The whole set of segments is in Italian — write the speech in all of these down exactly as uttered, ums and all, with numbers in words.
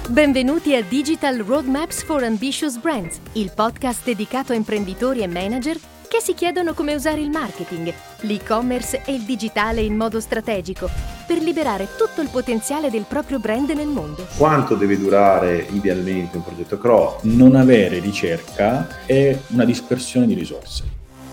Benvenuti a Digital Roadmaps for Ambitious Brands, il podcast dedicato a imprenditori e manager che si chiedono come usare il marketing, l'e-commerce e il digitale in modo strategico per liberare tutto il potenziale del proprio brand nel mondo. Quanto deve durare idealmente un progetto C R O? Non avere ricerca e una dispersione di risorse.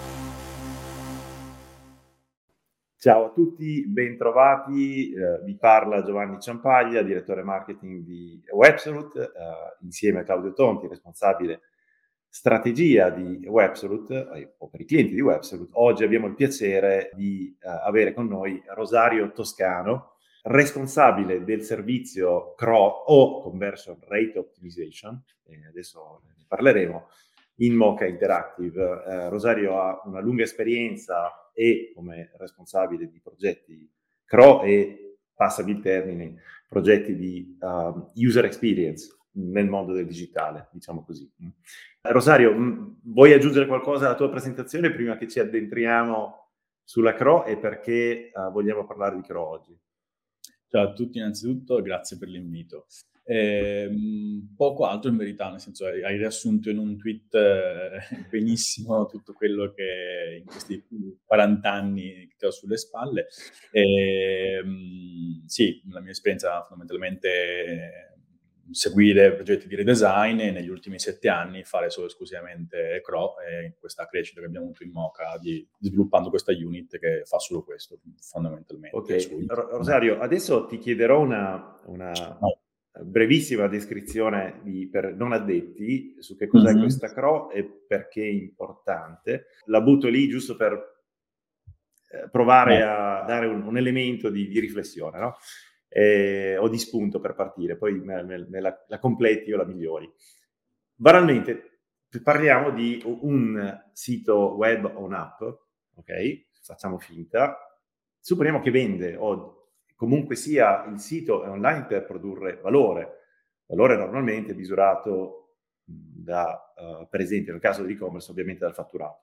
Ciao a tutti, bentrovati, eh, vi parla Giovanni Ciampaglia, direttore marketing di Websalute, eh, insieme a Claudio Tonti, responsabile strategia di Websalute, eh, o per i clienti di Websalute. Oggi abbiamo il piacere di eh, avere con noi Rosario Toscano, responsabile del servizio C R O o Conversion Rate Optimization, e adesso ne parleremo, in Mocha Interactive. Eh, Rosario ha una lunga esperienza e come responsabile di progetti C R O e, passami il termine, progetti di um, user experience nel mondo del digitale, diciamo così. Rosario, mh, vuoi aggiungere qualcosa alla tua presentazione prima che ci addentriamo sulla C R O e perché uh, vogliamo parlare di C R O oggi? Ciao a tutti innanzitutto, grazie per l'invito. Eh, poco altro in verità, nel senso hai riassunto in un tweet eh, benissimo tutto quello che in questi quaranta anni che ho sulle spalle. Eh, sì, la mia esperienza fondamentalmente seguire progetti di redesign e negli ultimi sette anni fare solo esclusivamente C R O e questa crescita che abbiamo avuto in Mocha di, di sviluppando questa unit che fa solo questo fondamentalmente. Ok, Rosario, adesso ti chiederò una, una no. brevissima descrizione di, per non addetti su che cos'è mm-hmm. questa C R O e perché è importante. La butto lì giusto per eh, provare no. a dare un, un elemento di, di riflessione, no? Eh, o di spunto per partire, poi me, me, me la, la completi o la migliori. Banalmente parliamo di un sito web o un'app, ok? Facciamo finta, supponiamo che vende o comunque sia il sito è online per produrre valore, valore normalmente misurato da, uh, per esempio nel caso dell'e-commerce ovviamente dal fatturato.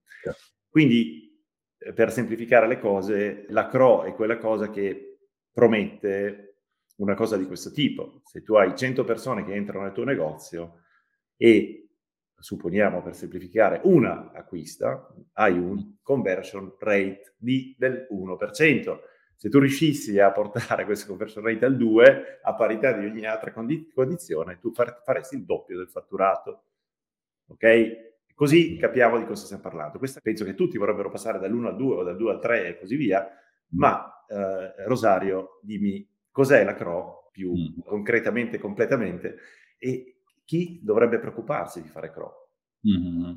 Quindi per semplificare le cose, la C R O è quella cosa che promette una cosa di questo tipo. Se tu hai cento persone che entrano nel tuo negozio e, supponiamo per semplificare, una acquista, hai un conversion rate di, del uno per cento. Se tu riuscissi a portare questo conversion rate al due per cento, a parità di ogni altra condi- condizione, tu far- faresti il doppio del fatturato. Ok? Così capiamo di cosa stiamo parlando. Questa, penso che tutti vorrebbero passare dall'uno al due o dal due al tre e così via, ma eh, Rosario, dimmi cos'è la C R O più mm. concretamente, completamente, e chi dovrebbe preoccuparsi di fare C R O? Mm-hmm.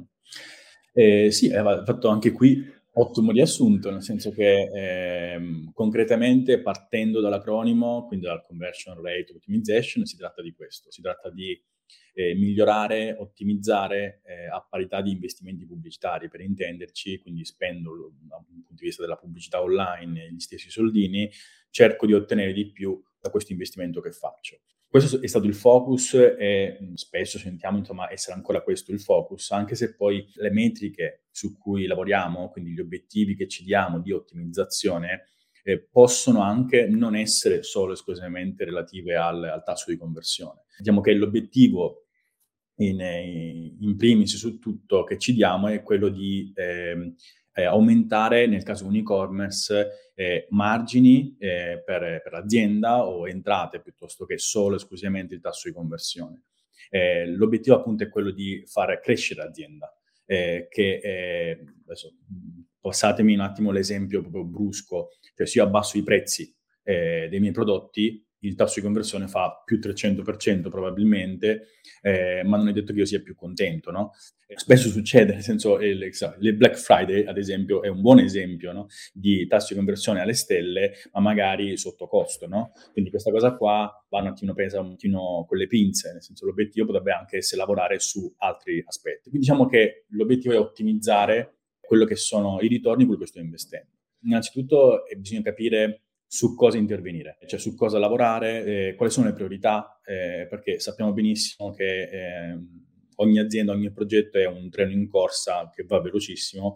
Eh, sì, hai fatto anche qui ottimo riassunto, nel senso che eh, concretamente partendo dall'acronimo, quindi dal Conversion Rate Optimization, si tratta di questo, si tratta di eh, migliorare, ottimizzare eh, a parità di investimenti pubblicitari, per intenderci, quindi spendo dal punto di vista della pubblicità online gli stessi soldini, cerco di ottenere di più da questo investimento che faccio. Questo è stato il focus e spesso sentiamo insomma essere ancora questo il focus, anche se poi le metriche su cui lavoriamo, quindi gli obiettivi che ci diamo di ottimizzazione, eh, possono anche non essere solo esclusivamente relative al, al tasso di conversione. Diciamo che l'obiettivo in, in primis su tutto che ci diamo è quello di eh, eh, aumentare, nel caso di un e-commerce, eh, margini eh, per, per l'azienda o entrate piuttosto che solo esclusivamente il tasso di conversione. Eh, l'obiettivo appunto è quello di far crescere l'azienda, eh, che eh, adesso passatemi un attimo l'esempio proprio brusco, cioè se io abbasso i prezzi eh, dei miei prodotti, il tasso di conversione fa più trecento per cento probabilmente, eh, ma non è detto che io sia più contento, no? Spesso succede, nel senso, il, il Black Friday, ad esempio, è un buon esempio, no? Di tasso di conversione alle stelle, ma magari sotto costo, no? Quindi questa cosa qua va un attimo presa un attimo con le pinze, nel senso l'obiettivo potrebbe anche essere lavorare su altri aspetti. Quindi diciamo che l'obiettivo è ottimizzare quello che sono i ritorni, quello che sto investendo. Innanzitutto eh, bisogna capire su cosa intervenire, cioè su cosa lavorare, eh, quali sono le priorità, eh, perché sappiamo benissimo che eh, ogni azienda, ogni progetto è un treno in corsa che va velocissimo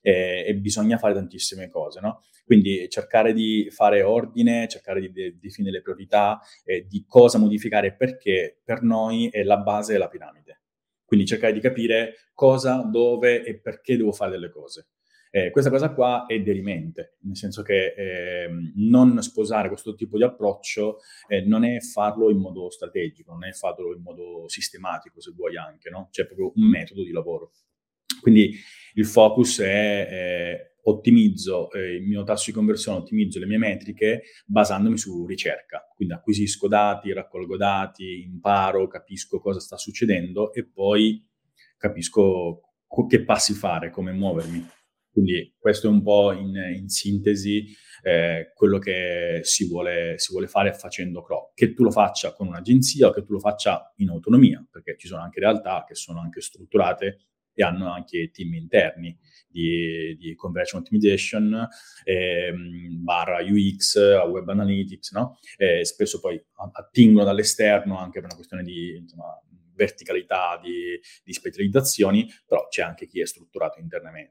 e, e bisogna fare tantissime cose, no? Quindi cercare di fare ordine, cercare di de- definire le priorità, eh, di cosa modificare e perché, per noi è la base della piramide. Quindi cercare di capire cosa, dove e perché devo fare delle cose. Eh, questa cosa qua è dirimente, nel senso che eh, non sposare questo tipo di approccio eh, non è farlo in modo strategico, non è farlo in modo sistematico, se vuoi anche, no? C'è proprio un metodo di lavoro. Quindi il focus è eh, ottimizzo eh, il mio tasso di conversione, ottimizzo le mie metriche basandomi su ricerca. Quindi acquisisco dati, raccolgo dati, imparo, capisco cosa sta succedendo e poi capisco co- che passi fare, come muovermi. Quindi questo è un po' in, in sintesi eh, quello che si vuole, si vuole fare facendo Craw. Che tu lo faccia con un'agenzia o che tu lo faccia in autonomia, perché ci sono anche realtà che sono anche strutturate e hanno anche team interni di, di conversion optimization, eh, barra U X, web analytics, no? E spesso poi attingono dall'esterno anche per una questione di insomma, verticalità, di, di specializzazioni, però c'è anche chi è strutturato internamente.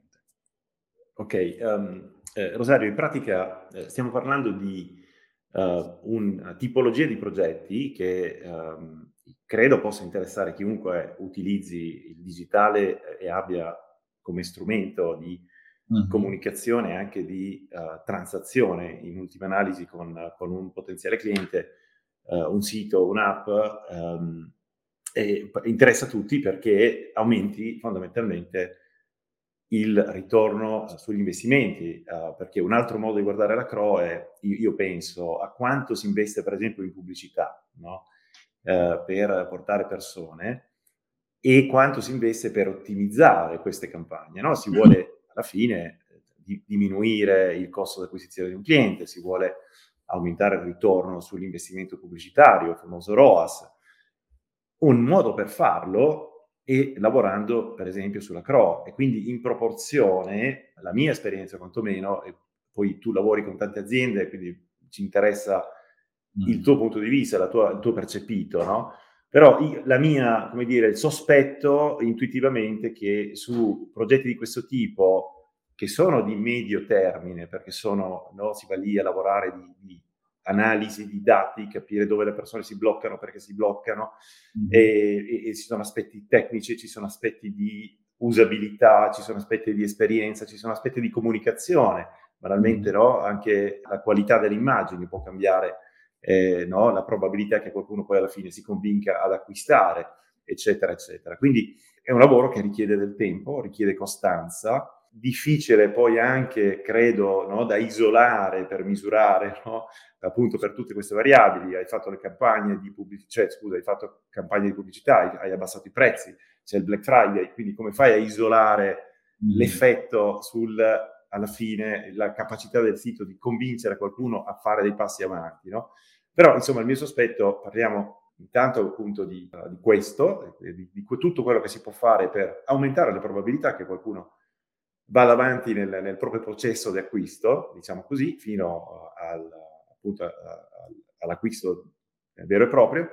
Ok, um, eh, Rosario, in pratica eh, stiamo parlando di uh, una tipologia di progetti che um, credo possa interessare chiunque utilizzi il digitale e abbia come strumento di mm-hmm. comunicazione e anche di uh, transazione in ultima analisi con, con un potenziale cliente, uh, un sito, un'app, um, e interessa a tutti perché aumenti fondamentalmente il ritorno uh, sugli investimenti, uh, perché un altro modo di guardare la Craw è, io, io penso, a quanto si investe per esempio in pubblicità, no? uh, per portare persone e quanto si investe per ottimizzare queste campagne, no? Si vuole alla fine di, diminuire il costo di acquisizione di un cliente, si vuole aumentare il ritorno sull'investimento pubblicitario, il famoso R O A S. Un modo per farlo e lavorando per esempio sulla Craw, e quindi in proporzione, la mia esperienza quantomeno, e poi tu lavori con tante aziende, quindi ci interessa mm. il tuo punto di vista, la tua, il tuo percepito, no? Però io, la mia, come dire, il sospetto intuitivamente che su progetti di questo tipo, che sono di medio termine, perché sono, no, si va lì a lavorare di, di analisi di dati, capire dove le persone si bloccano, perché si bloccano, mm-hmm. e, e, e ci sono aspetti tecnici, ci sono aspetti di usabilità, ci sono aspetti di esperienza, ci sono aspetti di comunicazione, banalmente, mm-hmm. no? Anche la qualità delle immagini può cambiare, eh, no? La probabilità che qualcuno poi alla fine si convinca ad acquistare, eccetera, eccetera. Quindi è un lavoro che richiede del tempo, richiede costanza, difficile poi anche, credo, no, da isolare per misurare, no? Appunto per tutte queste variabili. Hai fatto le campagne di pubblicità, cioè scusa, hai fatto campagne di pubblicità, hai, hai abbassato i prezzi, c'è il Black Friday, quindi come fai a isolare mm. l'effetto sul, alla fine, la capacità del sito di convincere qualcuno a fare dei passi avanti, no? Però, insomma, il mio sospetto, parliamo intanto appunto di, uh, di questo, di, di, di tutto quello che si può fare per aumentare le probabilità che qualcuno vada avanti nel, nel proprio processo di acquisto, diciamo così, fino al, appunto a, a, all'acquisto vero e proprio.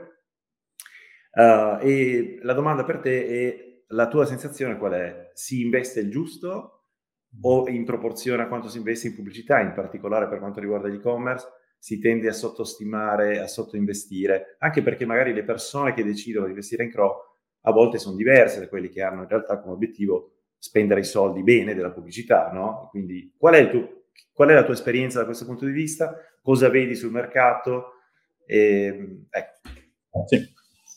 Uh, e la domanda per te è: la tua sensazione qual è? Si investe il giusto o in proporzione a quanto si investe in pubblicità, in particolare per quanto riguarda l'e-commerce, si tende a sottostimare, a sottoinvestire? Anche perché magari le persone che decidono di investire in Craw a volte sono diverse da quelli che hanno in realtà come obiettivo spendere i soldi bene della pubblicità, no? Quindi qual è, il tuo, qual è la tua esperienza da questo punto di vista? Cosa vedi sul mercato? E, ecco. Sì.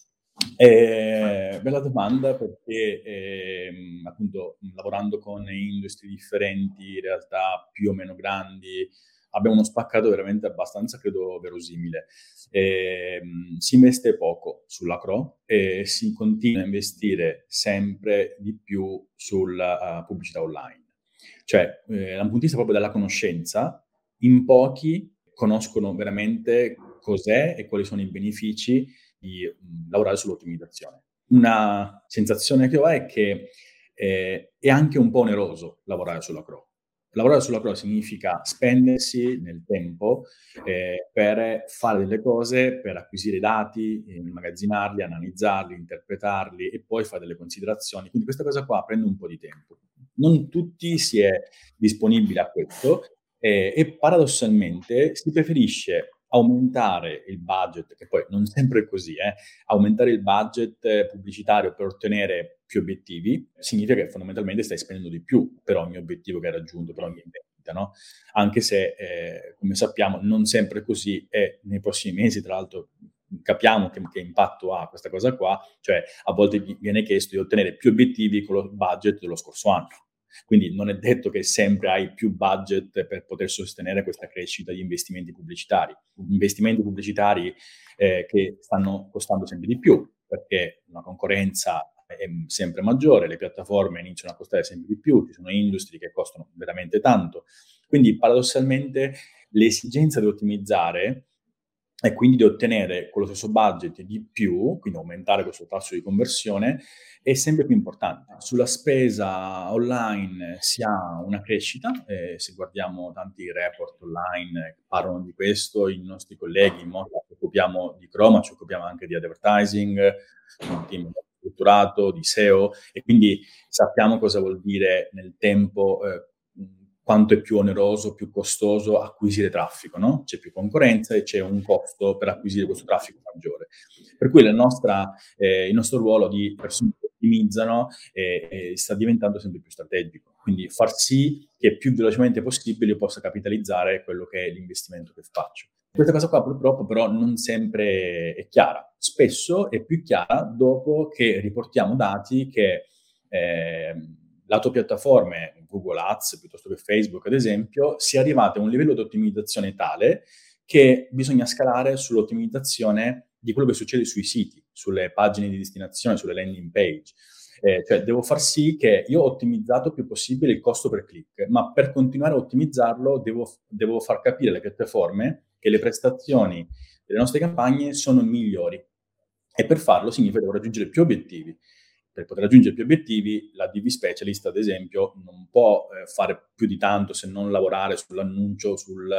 Eh, bella domanda, perché eh, appunto lavorando con industrie differenti, realtà più o meno grandi, abbiamo uno spaccato veramente abbastanza, credo, verosimile. Eh, si investe poco sulla Craw e si continua a investire sempre di più sulla uh, pubblicità online. Cioè, eh, dal punto di vista proprio della conoscenza, in pochi conoscono veramente cos'è e quali sono i benefici di mh, lavorare sull'ottimizzazione. Una sensazione che ho è che eh, è anche un po' oneroso lavorare sulla Craw. Lavorare sulla Craw significa spendersi nel tempo eh, per fare delle cose, per acquisire dati, immagazzinarli, analizzarli, interpretarli e poi fare delle considerazioni. Quindi questa cosa qua prende un po' di tempo. non tutti si è disponibili a questo eh, e paradossalmente si preferisce aumentare il budget, che poi non sempre è così, eh, aumentare il budget pubblicitario per ottenere più obiettivi, significa che fondamentalmente stai spendendo di più per ogni obiettivo che hai raggiunto, per ogni vendita, no? Anche se, eh, come sappiamo, non sempre è così e nei prossimi mesi, tra l'altro, capiamo che, che impatto ha questa cosa qua, cioè a volte viene chiesto di ottenere più obiettivi con lo budget dello scorso anno. Quindi non è detto che sempre hai più budget per poter sostenere questa crescita di investimenti pubblicitari. Investimenti pubblicitari eh, che stanno costando sempre di più, perché la concorrenza è sempre maggiore, le piattaforme iniziano a costare sempre di più, ci sono industrie che costano veramente tanto. Quindi paradossalmente l'esigenza di ottimizzare e quindi di ottenere con lo stesso budget di più, quindi aumentare questo tasso di conversione, è sempre più importante. Sulla spesa online si ha una crescita, eh, se guardiamo tanti report online che parlano di questo, i nostri colleghi, in modo che ci occupiamo di Chroma, ci occupiamo anche di advertising, un team strutturato, di S E O, e quindi sappiamo cosa vuol dire nel tempo, eh, quanto è più oneroso, più costoso acquisire traffico, no? C'è più concorrenza e c'è un costo per acquisire questo traffico maggiore. Per cui la nostra, eh, il nostro ruolo di persone che ottimizzano eh, eh, sta diventando sempre più strategico. Quindi far sì che più velocemente possibile io possa capitalizzare quello che è l'investimento che faccio. Questa cosa qua purtroppo però non sempre è chiara. Spesso è più chiara dopo che riportiamo dati che eh, lato piattaforme, Google Ads piuttosto che Facebook ad esempio, si è arrivati a un livello di ottimizzazione tale che bisogna scalare sull'ottimizzazione di quello che succede sui siti, sulle pagine di destinazione, sulle landing page. Eh, cioè devo far sì che io ho ottimizzato il più possibile il costo per click, ma per continuare a ottimizzarlo devo, devo far capire alle piattaforme che le prestazioni delle nostre campagne sono migliori. E per farlo significa che devo raggiungere più obiettivi. Per poter raggiungere più obiettivi, la D V Specialist, ad esempio, non può eh, fare più di tanto se non lavorare sull'annuncio,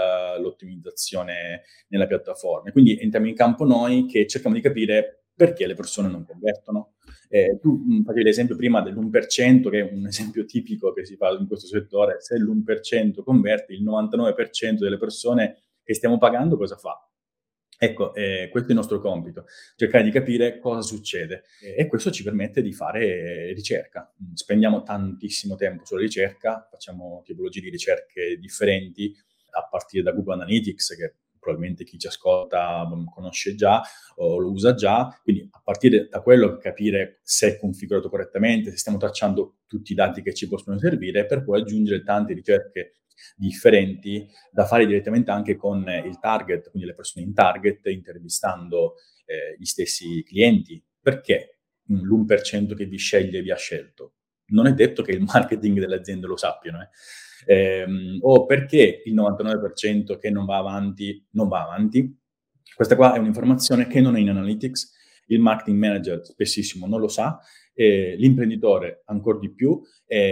sull'ottimizzazione nella piattaforma. Quindi entriamo in campo noi che cerchiamo di capire perché le persone non convertono. Eh, tu mh, facevi l'esempio prima dell'uno per cento, che è un esempio tipico che si fa in questo settore. Se l'uno per cento converte, il novantanove per cento delle persone che stiamo pagando cosa fa? Ecco, eh, questo è il nostro compito, cercare di capire cosa succede e questo ci permette di fare ricerca. Spendiamo tantissimo tempo sulla ricerca, facciamo tipologie di ricerche differenti, a partire da Google Analytics, che probabilmente chi ci ascolta conosce già o lo usa già, quindi a partire da quello capire se è configurato correttamente, se stiamo tracciando tutti i dati che ci possono servire, per poi aggiungere tante ricerche differenti da fare direttamente anche con il target, quindi le persone in target, intervistando eh, gli stessi clienti. Perché l'uno per cento che vi sceglie vi ha scelto? Non è detto che il marketing delle aziende lo sappiano, eh. Ehm, o perché il novantanove per cento che non va avanti non va avanti. Questa qua è un'informazione che non è in Analytics, il marketing manager spessissimo non lo sa, eh, l'imprenditore ancora di più,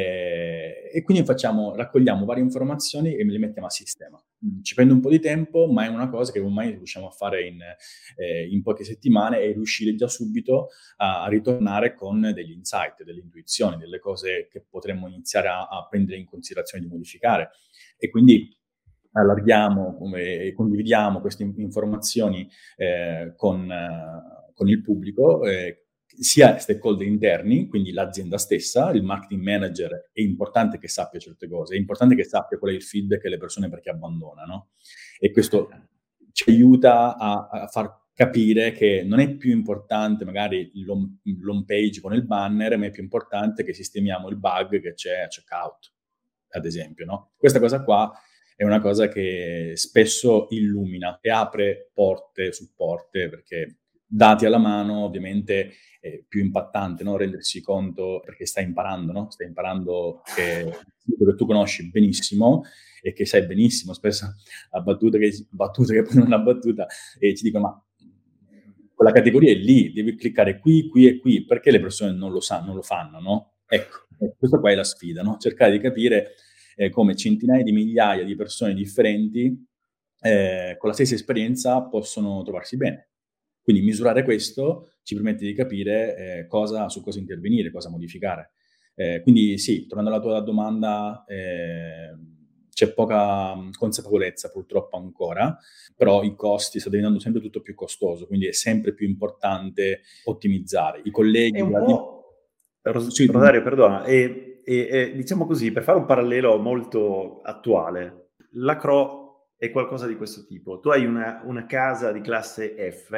eh, e quindi facciamo, raccogliamo varie informazioni e le mettiamo a sistema. Ci prende un po' di tempo, ma è una cosa che ormai riusciamo a fare in, eh, in poche settimane e riuscire già subito a, a ritornare con degli insight, delle intuizioni, delle cose che potremmo iniziare a, a prendere in considerazione di modificare. E quindi allarghiamo e condividiamo queste informazioni eh, con, uh, con il pubblico, eh, sia stakeholder interni, quindi l'azienda stessa, il marketing manager è importante che sappia certe cose, è importante che sappia qual è il feedback che le persone perché abbandonano, e questo ci aiuta a, a far capire che non è più importante magari l'home, l'home page con il banner, ma è più importante che sistemiamo il bug che c'è a checkout, ad esempio, no? Questa cosa qua è una cosa che spesso illumina e apre porte su porte, perché dati alla mano ovviamente è più impattante, no? Rendersi conto, perché stai imparando, no? Stai imparando che, che tu conosci benissimo e che sai benissimo, spesso la battuta che, battuta che poi non è una battuta, e ci dicono ma quella categoria è lì, devi cliccare qui, qui e qui, perché le persone non lo sanno, non lo fanno, no? Ecco, questa qua è la sfida, no? Cercare di capire eh, come centinaia di migliaia di persone differenti eh, con la stessa esperienza possono trovarsi bene. Quindi misurare questo ci permette di capire eh, cosa, su cosa intervenire, cosa modificare. Eh, quindi sì, tornando alla tua domanda, eh, c'è poca consapevolezza purtroppo ancora, però i costi sta diventando sempre tutto più costoso, quindi è sempre più importante ottimizzare. I colleghi... È un della di- po', Ros- sì, Rosario, perdona, e, e- e diciamo così, per fare un parallelo molto attuale, la C R O è qualcosa di questo tipo. Tu hai una, una casa di classe F,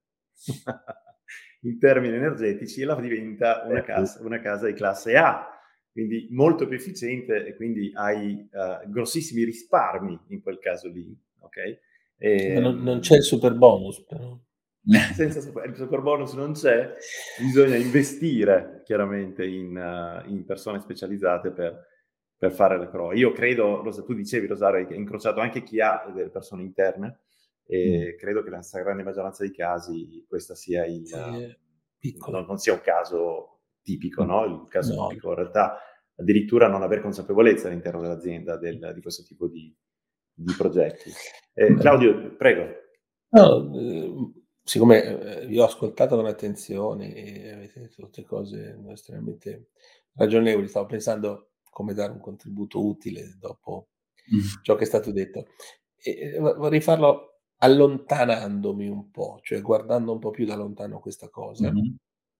in termini energetici, e la diventa una casa, una casa di classe A, quindi molto più efficiente, e quindi hai uh, grossissimi risparmi in quel caso lì, ok? E, Ma non, non c'è il super bonus, però. Senza super, il super bonus non c'è, bisogna investire chiaramente in, uh, in persone specializzate per, per fare le C R O. Io credo, Rosa, tu dicevi, Rosario, che hai incrociato anche chi ha delle persone interne, e mm. credo che nella stragrande maggioranza dei casi questa sia il... Sì, non, non sia un caso tipico, mm. no? Il caso no. tipico in realtà addirittura non aver consapevolezza all'interno dell'azienda del, di questo tipo di, di progetti. Eh, Claudio, prego. No, eh, siccome eh, vi ho ascoltato con attenzione e avete detto tutte cose estremamente ragionevoli, stavo pensando come dare un contributo utile dopo mm. ciò che è stato detto. E vorrei farlo allontanandomi un po', cioè guardando un po' più da lontano questa cosa, mm-hmm.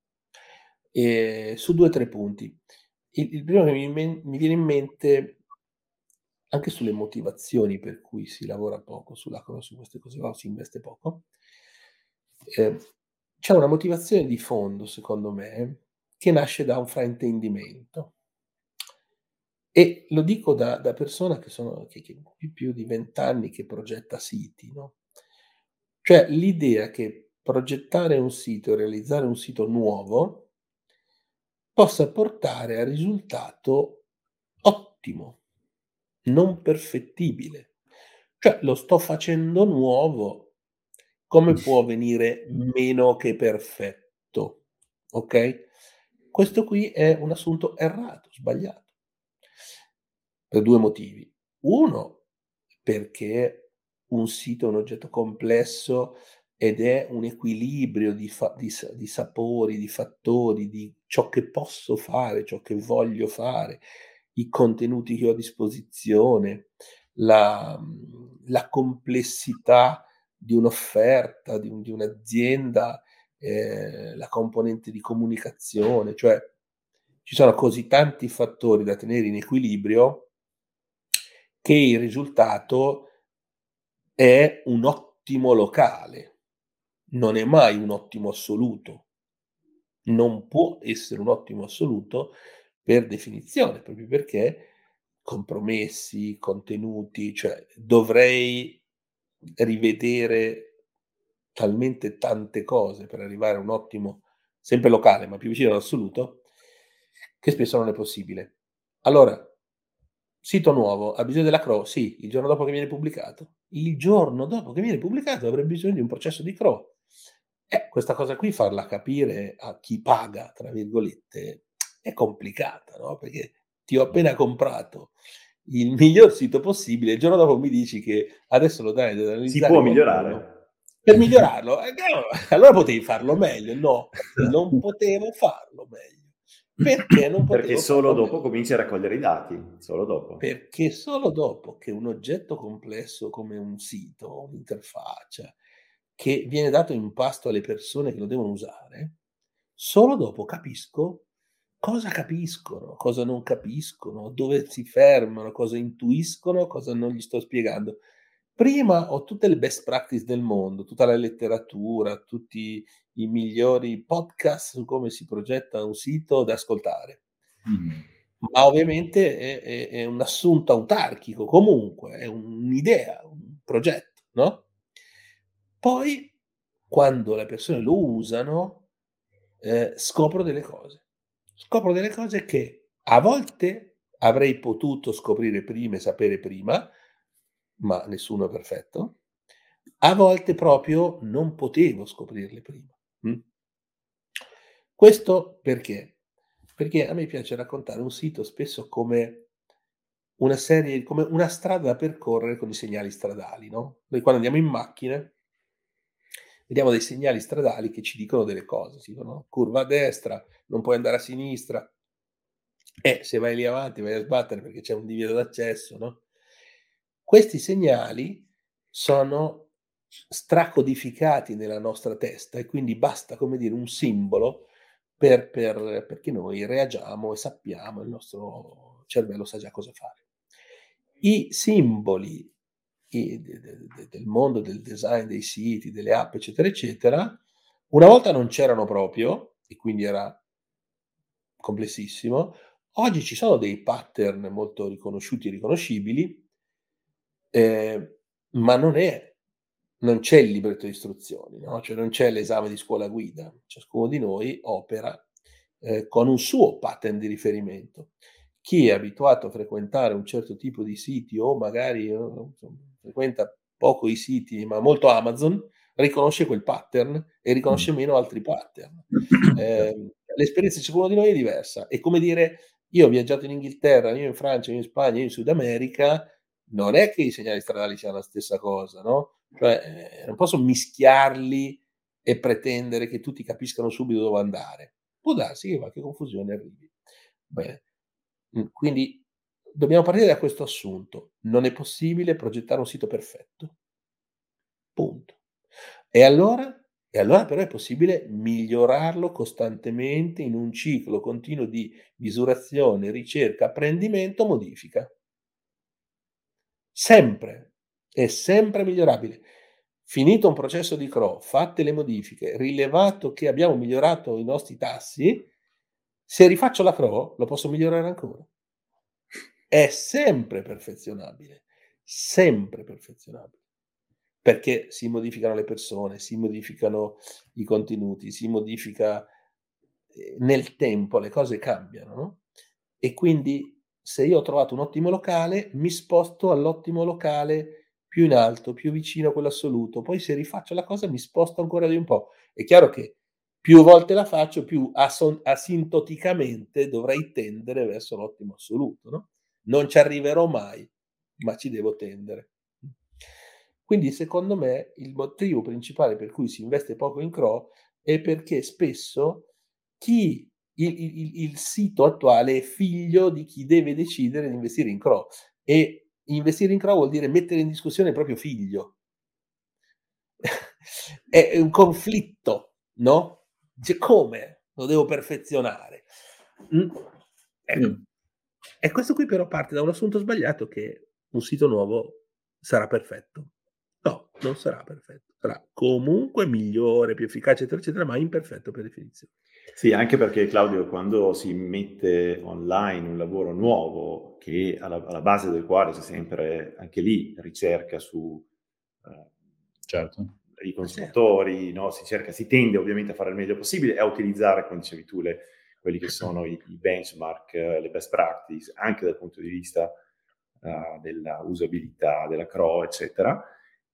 e su due o tre punti. Il, il primo che mi, mi viene in mente, anche sulle motivazioni per cui si lavora poco sulla su queste cose qua, si investe poco, eh, c'è una motivazione di fondo, secondo me, che nasce da un fraintendimento. E lo dico da, da persona che sono che, che più, più di vent'anni che progetta siti, no? Cioè l'idea che progettare un sito, realizzare un sito nuovo, possa portare a risultato ottimo, non perfettibile. Cioè lo sto facendo nuovo, come può venire meno che perfetto? Ok? Questo qui è un assunto errato, sbagliato. Per due motivi. Uno, perché un sito è un oggetto complesso ed è un equilibrio di, fa- di, di sapori, di fattori, di ciò che posso fare, ciò che voglio fare, i contenuti che ho a disposizione, la, la complessità di un'offerta, di, un, di un'azienda, eh, la componente di comunicazione, cioè ci sono così tanti fattori da tenere in equilibrio che il risultato è un ottimo locale, non è mai un ottimo assoluto, non può essere un ottimo assoluto per definizione, proprio perché compromessi, contenuti, cioè dovrei rivedere talmente tante cose per arrivare a un ottimo, sempre locale, ma più vicino all'assoluto, che spesso non è possibile. Allora, sito nuovo, ha bisogno della C R O? Sì, il giorno dopo che viene pubblicato. Il giorno dopo che viene pubblicato avrebbe bisogno di un processo di C R O. Eh, questa cosa qui, farla capire a chi paga, tra virgolette, è complicata, no? Perché ti ho appena comprato il miglior sito possibile, il giorno dopo mi dici che adesso lo dai da analizzare. Si può migliorare. Per migliorarlo, eh, allora potevi farlo meglio. No, non potevo farlo meglio. Perché non potevo Perché solo dopo meglio? cominci a raccogliere i dati, solo dopo. Perché solo dopo che un oggetto complesso come un sito, un'interfaccia, che viene dato in pasto alle persone che lo devono usare, solo dopo capisco cosa capiscono, cosa non capiscono, dove si fermano, cosa intuiscono, cosa non gli sto spiegando. Prima ho tutte le best practice del mondo, tutta la letteratura, tutti i migliori podcast su come si progetta un sito da ascoltare. Mm. Ma ovviamente è, è, è un assunto autarchico, comunque, è un'idea, un progetto, no? Poi, quando le persone lo usano, eh, scopro delle cose. Scopro delle cose che a volte avrei potuto scoprire prima e sapere prima, ma nessuno è perfetto. A volte proprio non potevo scoprirle prima. Mm? Questo perché? Perché a me piace raccontare un sito spesso come una serie, come una strada da percorrere con i segnali stradali, no? Noi quando andiamo in macchina vediamo dei segnali stradali che ci dicono delle cose, si dicono curva a destra, non puoi andare a sinistra. E se vai lì avanti vai a sbattere perché c'è un divieto d'accesso, no? Questi segnali sono stracodificati nella nostra testa e quindi basta, come dire, un simbolo per, per, perché noi reagiamo e sappiamo, il nostro cervello sa già cosa fare. I simboli i, de, de, de, del mondo del design, dei siti, delle app, eccetera, eccetera, una volta non c'erano proprio e quindi era complessissimo. Oggi ci sono dei pattern molto riconosciuti e riconoscibili, eh, ma non è non c'è il libretto di istruzioni, no? Cioè non c'è l'esame di scuola guida. Ciascuno di noi opera eh, con un suo pattern di riferimento. Chi è abituato a frequentare un certo tipo di siti o magari eh, frequenta poco i siti ma molto Amazon, riconosce quel pattern e riconosce meno altri pattern. Eh, l'esperienza di ciascuno di noi è diversa. È come dire, io ho viaggiato in Inghilterra, io in Francia, io in Spagna, io in Sud America, non è che i segnali stradali siano la stessa cosa, no? Cioè, eh, non posso mischiarli e pretendere che tutti capiscano subito dove andare. Può darsi che qualche confusione arrivi. Bene. Quindi dobbiamo partire da questo assunto. Non è possibile progettare un sito perfetto. Punto. E allora? E allora però è possibile migliorarlo costantemente in un ciclo continuo di misurazione, ricerca, apprendimento, modifica. Sempre. È sempre migliorabile. Finito un processo di crawl, fatte le modifiche, rilevato che abbiamo migliorato i nostri tassi, se rifaccio la crawl lo posso migliorare ancora. È sempre perfezionabile, sempre perfezionabile. Perché si modificano le persone, si modificano i contenuti, si modifica nel tempo, le cose cambiano, no? E quindi se io ho trovato un ottimo locale, mi sposto all'ottimo locale più in alto, più vicino a quello assoluto. Poi se rifaccio la cosa mi sposto ancora di un po'. È chiaro che più volte la faccio, più ason- asintoticamente dovrei tendere verso l'ottimo assoluto, no? Non ci arriverò mai, ma ci devo tendere. Quindi secondo me il motivo principale per cui si investe poco in crawl è perché spesso chi il, il, il sito attuale è figlio di chi deve decidere di investire in crawl, e investire in crawl vuol dire mettere in discussione il proprio figlio. È un conflitto, no? Cioè, come lo devo perfezionare? Mm? Ecco. Mm. E questo qui però parte da un assunto sbagliato, che un sito nuovo sarà perfetto. No, non sarà perfetto. Sarà comunque migliore, più efficace, eccetera, eccetera, ma imperfetto per definizione. Sì, anche perché, Claudio, quando si mette online un lavoro nuovo, che alla, alla base del quale c'è sempre anche lì ricerca su eh, certo. i consumatori, certo. No? Si cerca, si tende ovviamente a fare il meglio possibile e a utilizzare, come dicevi tu, le, quelli che sono i, i benchmark, le best practice, anche dal punto di vista uh, della usabilità, della crawl, eccetera.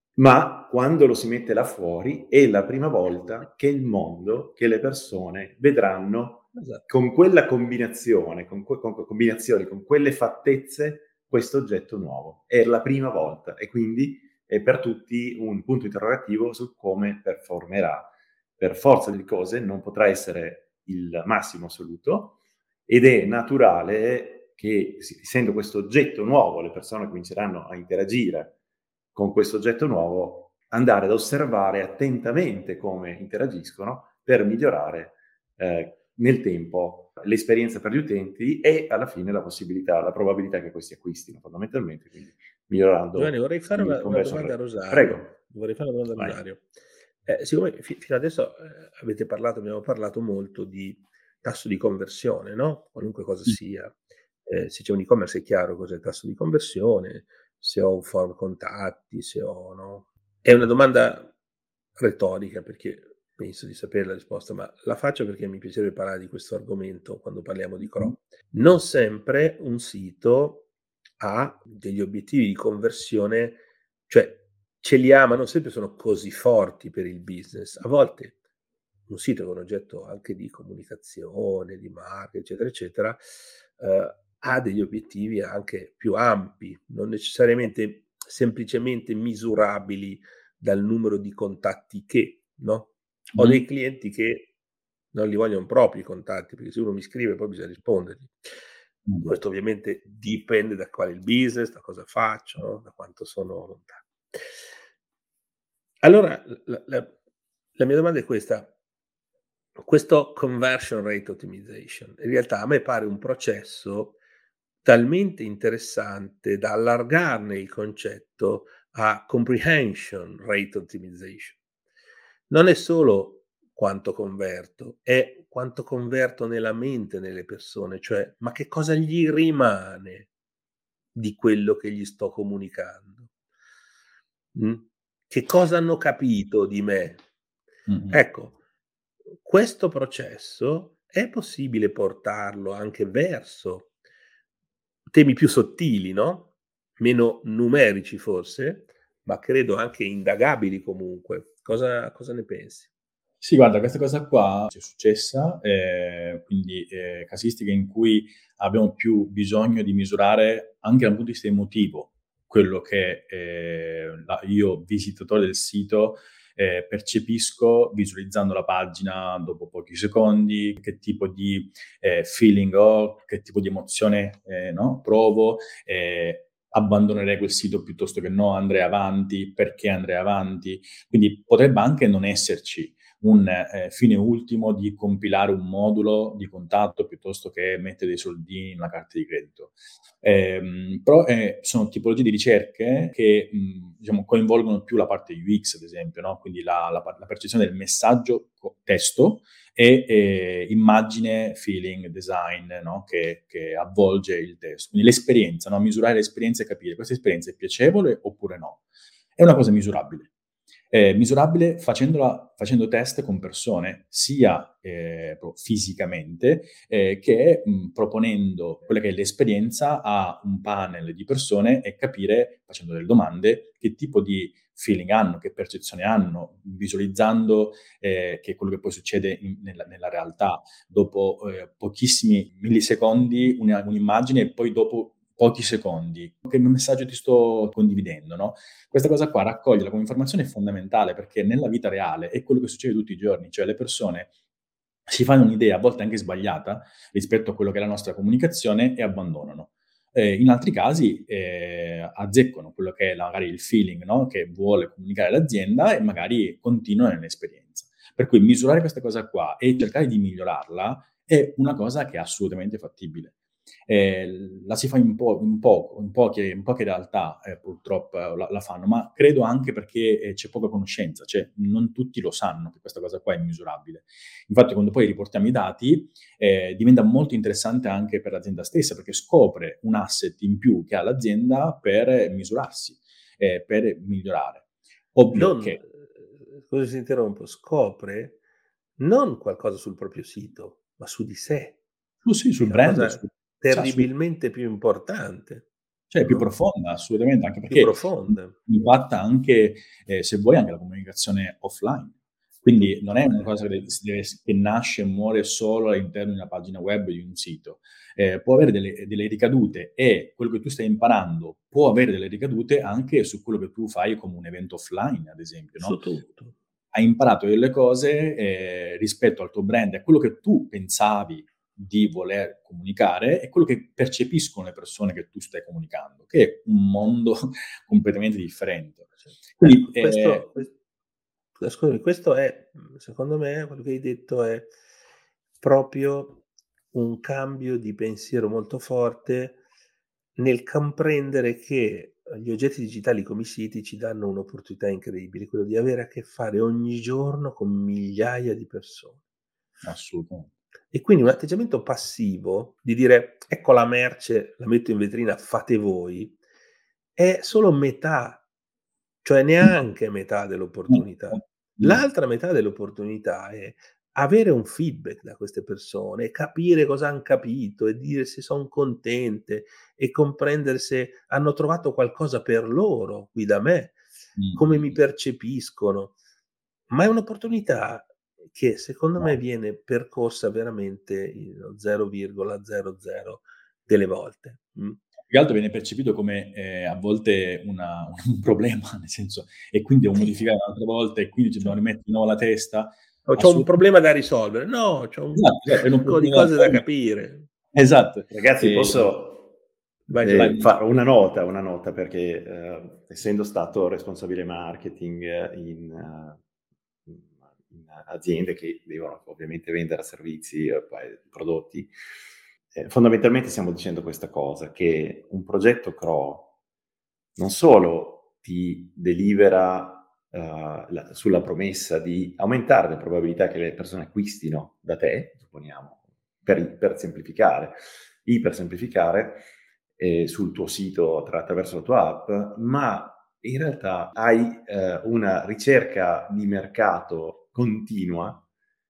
Ma quando lo si mette là fuori è la prima volta che il mondo, che le persone vedranno, esatto, con quella combinazione, con, que- con combinazioni, con quelle fattezze, questo oggetto nuovo. È la prima volta e quindi è per tutti un punto interrogativo su come performerà. Per forza di cose non potrà essere il massimo assoluto ed è naturale che, essendo questo oggetto nuovo, le persone cominceranno a interagire con questo oggetto nuovo, andare ad osservare attentamente come interagiscono per migliorare eh, nel tempo l'esperienza per gli utenti e alla fine la possibilità, la probabilità che questi acquistino fondamentalmente, quindi migliorando. Giovanni, vorrei fare una, una domanda a Rosario. Prego. Vorrei fare una domanda a Rosario. Eh, siccome fi- fino adesso eh, avete parlato, abbiamo parlato molto di tasso di conversione, no? Qualunque cosa sia. Eh, se c'è un e-commerce è chiaro cos'è il tasso di conversione, se ho un form contatti, se ho, no? È una domanda retorica perché penso di sapere la risposta, ma la faccio perché mi piacerebbe parlare di questo argomento quando parliamo di crawl. Non sempre un sito ha degli obiettivi di conversione, cioè ce li ha, ma non sempre sono così forti per il business. A volte un sito che è un oggetto anche di comunicazione, di marketing, eccetera, eccetera, eh, ha degli obiettivi anche più ampi, non necessariamente semplicemente misurabili dal numero di contatti che, no? Ho mm. dei clienti che non li vogliono proprio i contatti, perché se uno mi scrive poi bisogna rispondergli. Mm. Questo ovviamente dipende da qual è il business, da cosa faccio, no? Da quanto sono lontano. Allora, la, la, la mia domanda è questa. Questo conversion rate optimization, in realtà a me pare un processo talmente interessante da allargarne il concetto a comprehension rate optimization. Non è solo quanto converto, è quanto converto nella mente delle persone, cioè ma che cosa gli rimane di quello che gli sto comunicando? Mm? Che cosa hanno capito di me? Mm-hmm. Ecco, questo processo è possibile portarlo anche verso temi più sottili, no? Meno numerici forse, ma credo anche indagabili comunque. Cosa, cosa ne pensi? Sì, guarda, questa cosa qua è successa, eh, quindi eh, casistiche in cui abbiamo più bisogno di misurare anche dal punto di vista emotivo quello che eh, la, io, visitatore del sito, eh, percepisco visualizzando la pagina dopo pochi secondi, che tipo di eh, feeling ho, che tipo di emozione eh, no, provo, eh, abbandonerei quel sito piuttosto che no, andrei avanti, perché andrei avanti. Quindi potrebbe anche non esserci un eh, fine ultimo di compilare un modulo di contatto piuttosto che mettere dei soldini in una carta di credito. Eh, però eh, sono tipologie di ricerche che mh, diciamo, coinvolgono più la parte U X, ad esempio, no? Quindi la, la, la percezione del messaggio testo e eh, immagine, feeling, design, no? che, che avvolge il testo. Quindi l'esperienza, no? Misurare l'esperienza e capire questa esperienza è piacevole oppure no. È una cosa misurabile. Eh, misurabile facendola, facendo test con persone, sia eh, fisicamente eh, che mh, proponendo quella che è l'esperienza a un panel di persone e capire, facendo delle domande, che tipo di feeling hanno, che percezione hanno, visualizzando eh, che quello che poi succede in, nella, nella realtà. Dopo eh, pochissimi millisecondi una, un'immagine e poi dopo pochi secondi, che messaggio ti sto condividendo, no? Questa cosa qua, raccoglierla come informazione è fondamentale perché nella vita reale è quello che succede tutti i giorni, cioè le persone si fanno un'idea, a volte anche sbagliata, rispetto a quello che è la nostra comunicazione e abbandonano. Eh, in altri casi eh, azzeccano quello che è magari il feeling, no? Che vuole comunicare l'azienda e magari continuano nell'esperienza. Per cui misurare questa cosa qua e cercare di migliorarla è una cosa che è assolutamente fattibile. Eh, la si fa in, po- in, po- in, poche, in poche realtà eh, purtroppo eh, la, la fanno, ma credo anche perché eh, c'è poca conoscenza, cioè non tutti lo sanno che questa cosa qua è misurabile. Infatti quando poi riportiamo i dati eh, diventa molto interessante anche per l'azienda stessa perché scopre un asset in più che ha l'azienda per misurarsi, eh, per migliorare. Ovvio non, che... Scusa se interrompo, scopre non qualcosa sul proprio sito, ma su di sé. Oh, sì, sul È brand. una cosa Su, terribilmente su... più importante. Cioè, no? più profonda, assolutamente, anche perché più profonda. impatta anche, eh, se vuoi, anche la comunicazione offline. Quindi Tutto, non è una eh. cosa che, deve, che nasce e muore solo all'interno di una pagina web o di un sito. Eh, può avere delle, delle ricadute e quello che tu stai imparando può avere delle ricadute anche su quello che tu fai come un evento offline, ad esempio. No? Su tutto. Hai imparato delle cose eh, rispetto al tuo brand, a quello che tu pensavi di voler comunicare e quello che percepiscono le persone che tu stai comunicando, che è un mondo completamente differente. Quindi, ecco, questo, eh, questo, scusami, questo è, secondo me, quello che hai detto è proprio un cambio di pensiero molto forte nel comprendere che gli oggetti digitali come i siti ci danno un'opportunità incredibile, quello di avere a che fare ogni giorno con migliaia di persone. Assolutamente. E quindi un atteggiamento passivo di dire ecco la merce, la metto in vetrina, fate voi, è solo metà, cioè neanche metà dell'opportunità. L'altra metà dell'opportunità è avere un feedback da queste persone, capire cosa han capito e dire se son contente e comprendere se hanno trovato qualcosa per loro qui da me, come mi percepiscono. Ma è un'opportunità che secondo me viene percorsa veramente il zero virgola zero zero delle volte. Mh. Più che altro viene percepito come eh, a volte una, un problema, nel senso, e quindi devo modificare un'altra volta e quindi ci dobbiamo rimettere di nuovo la testa. O c'ho un problema da risolvere. No, c'ho un Esatto, esatto, è sacco di un'opportunità. cose da capire. Esatto. Ragazzi, e... posso vai, eh, vai. fare una nota, una nota perché eh, essendo stato responsabile marketing in, uh, in aziende che devono ovviamente vendere servizi e poi prodotti, eh, fondamentalmente stiamo dicendo questa cosa, che un progetto C R O non solo ti delibera uh, la, sulla promessa di aumentare le probabilità che le persone acquistino da te, supponiamo, per, per semplificare, iper semplificare, eh, sul tuo sito tra, attraverso la tua app, ma in realtà hai eh, una ricerca di mercato continua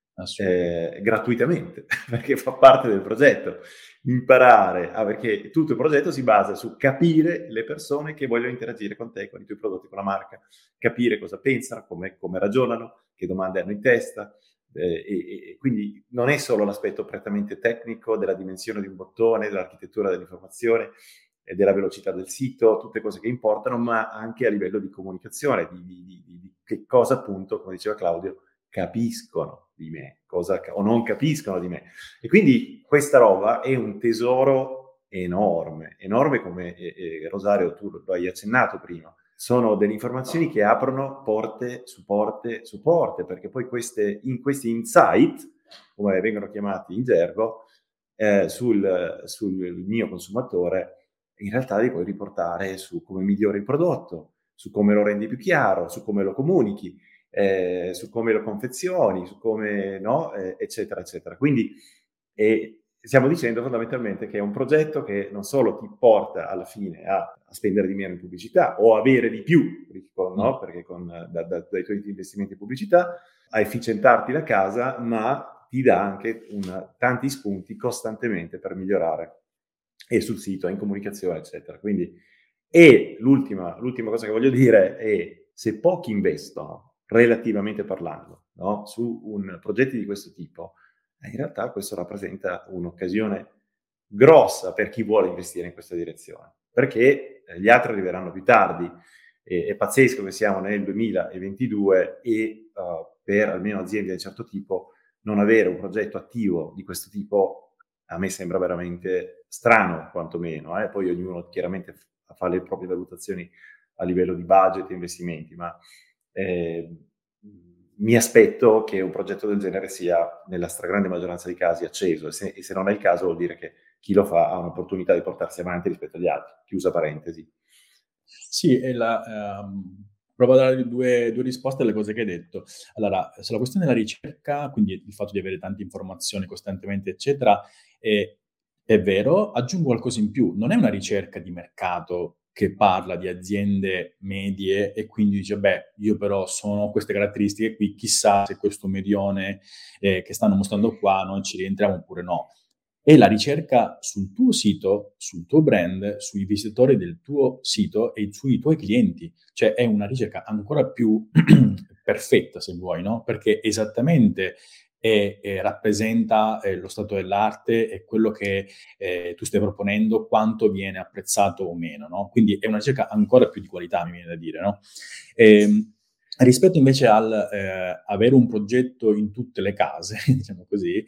eh, gratuitamente, perché fa parte del progetto. Imparare, ah, perché tutto il progetto si basa su capire le persone che vogliono interagire con te, con i tuoi prodotti, con la marca, capire cosa pensano, come, come ragionano, che domande hanno in testa, eh, e, e quindi non è solo l'aspetto prettamente tecnico della dimensione di un bottone, dell'architettura dell'informazione e della velocità del sito, tutte cose che importano, ma anche a livello di comunicazione, di, di, di, di che cosa appunto, come diceva Claudio, capiscono di me, cosa o non capiscono di me. E quindi questa roba è un tesoro enorme, enorme come eh, eh, Rosario, tu lo hai accennato prima. Sono delle informazioni che aprono porte su porte su porte, perché poi queste, in questi insight, come vengono chiamati in gergo, eh, sul, sul mio consumatore, in realtà li puoi riportare su come migliori il prodotto, su come lo rendi più chiaro, su come lo comunichi, eh, su come lo confezioni, su come, no, eh, eccetera, eccetera. Quindi eh, stiamo dicendo fondamentalmente che è un progetto che non solo ti porta alla fine a, a spendere di meno in pubblicità o avere di più, no? Perché con, da, da, dai tuoi investimenti in pubblicità, a efficientarti la casa, ma ti dà anche una, tanti spunti costantemente per migliorare e sul sito, in comunicazione, eccetera. Quindi, e l'ultima, l'ultima cosa che voglio dire è, se pochi investono, relativamente parlando, no, su un progetti di questo tipo, in realtà questo rappresenta un'occasione grossa per chi vuole investire in questa direzione, perché gli altri arriveranno più tardi. E, è pazzesco che siamo nel duemilaventidue e uh, per almeno aziende di un certo tipo non avere un progetto attivo di questo tipo a me sembra veramente strano, quantomeno. Eh? Poi ognuno chiaramente fa le proprie valutazioni a livello di budget e investimenti, ma eh, mi aspetto che un progetto del genere sia, nella stragrande maggioranza dei casi, acceso, e se, e se non è il caso vuol dire che chi lo fa ha un'opportunità di portarsi avanti rispetto agli altri. Chiusa parentesi. Sì, e la... Um... provo a dare due, due risposte alle cose che hai detto. Allora, sulla questione della ricerca, quindi il fatto di avere tante informazioni costantemente, eccetera, è, è vero. Aggiungo qualcosa in più. Non è una ricerca di mercato che parla di aziende medie e quindi dice, beh, io però sono queste caratteristiche qui, chissà se questo medione eh, che stanno mostrando qua noi ci rientriamo oppure no. È la ricerca sul tuo sito, sul tuo brand, sui visitatori del tuo sito e sui tuoi clienti. Cioè è una ricerca ancora più perfetta, se vuoi, no? Perché esattamente è, è, rappresenta eh, lo stato dell'arte e quello che eh, tu stai proponendo, quanto viene apprezzato o meno, no? Quindi è una ricerca ancora più di qualità, mi viene da dire, no? E, rispetto invece al eh, avere un progetto in tutte le case, diciamo così,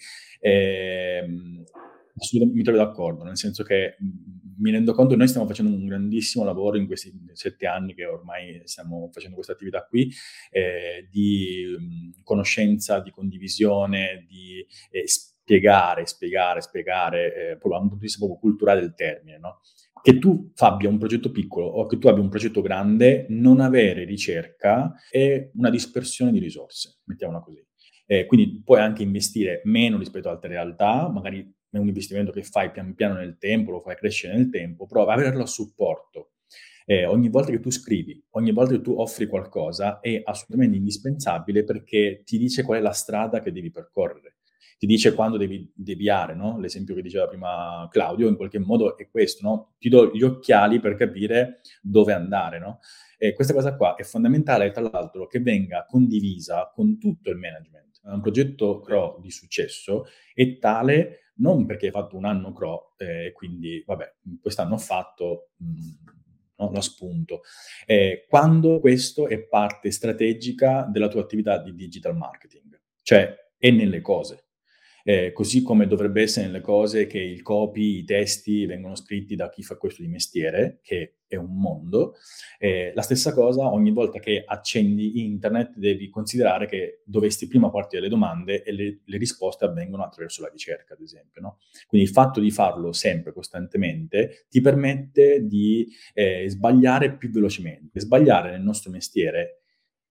ehm, assolutamente mi trovo d'accordo, nel senso che mh, mi rendo conto che noi stiamo facendo un grandissimo lavoro in questi sette anni che ormai stiamo facendo questa attività qui, eh, di mh, conoscenza, di condivisione, di eh, spiegare, spiegare, spiegare, eh, proprio da un punto di vista proprio culturale del termine, no? Che tu abbia un progetto piccolo o che tu abbia un progetto grande, non avere ricerca è una dispersione di risorse, mettiamola così. Eh, quindi puoi anche investire meno rispetto ad altre realtà, magari è un investimento che fai pian piano nel tempo, lo fai crescere nel tempo, però averlo a supporto. Eh, ogni volta che tu scrivi, ogni volta che tu offri qualcosa è assolutamente indispensabile perché ti dice qual è la strada che devi percorrere. Ti dice quando devi deviare, no? L'esempio che diceva prima Claudio, in qualche modo è questo, no? Ti do gli occhiali per capire dove andare, no? E questa cosa qua è fondamentale, tra l'altro, che venga condivisa con tutto il management. Un progetto C R O di successo è tale non perché hai fatto un anno C R O e eh, quindi, vabbè, quest'anno ho fatto... Mh, no, lo spunto. Eh, quando questo è parte strategica della tua attività di digital marketing, cioè è nelle cose. Eh, così come dovrebbe essere nelle cose che il copy, i testi vengono scritti da chi fa questo di mestiere, che è un mondo. Eh, la stessa cosa, ogni volta che accendi internet devi considerare che dovresti prima partire le domande e le, le risposte avvengono attraverso la ricerca, ad esempio, no? Quindi il fatto di farlo sempre, costantemente, ti permette di eh, sbagliare più velocemente. Sbagliare nel nostro mestiere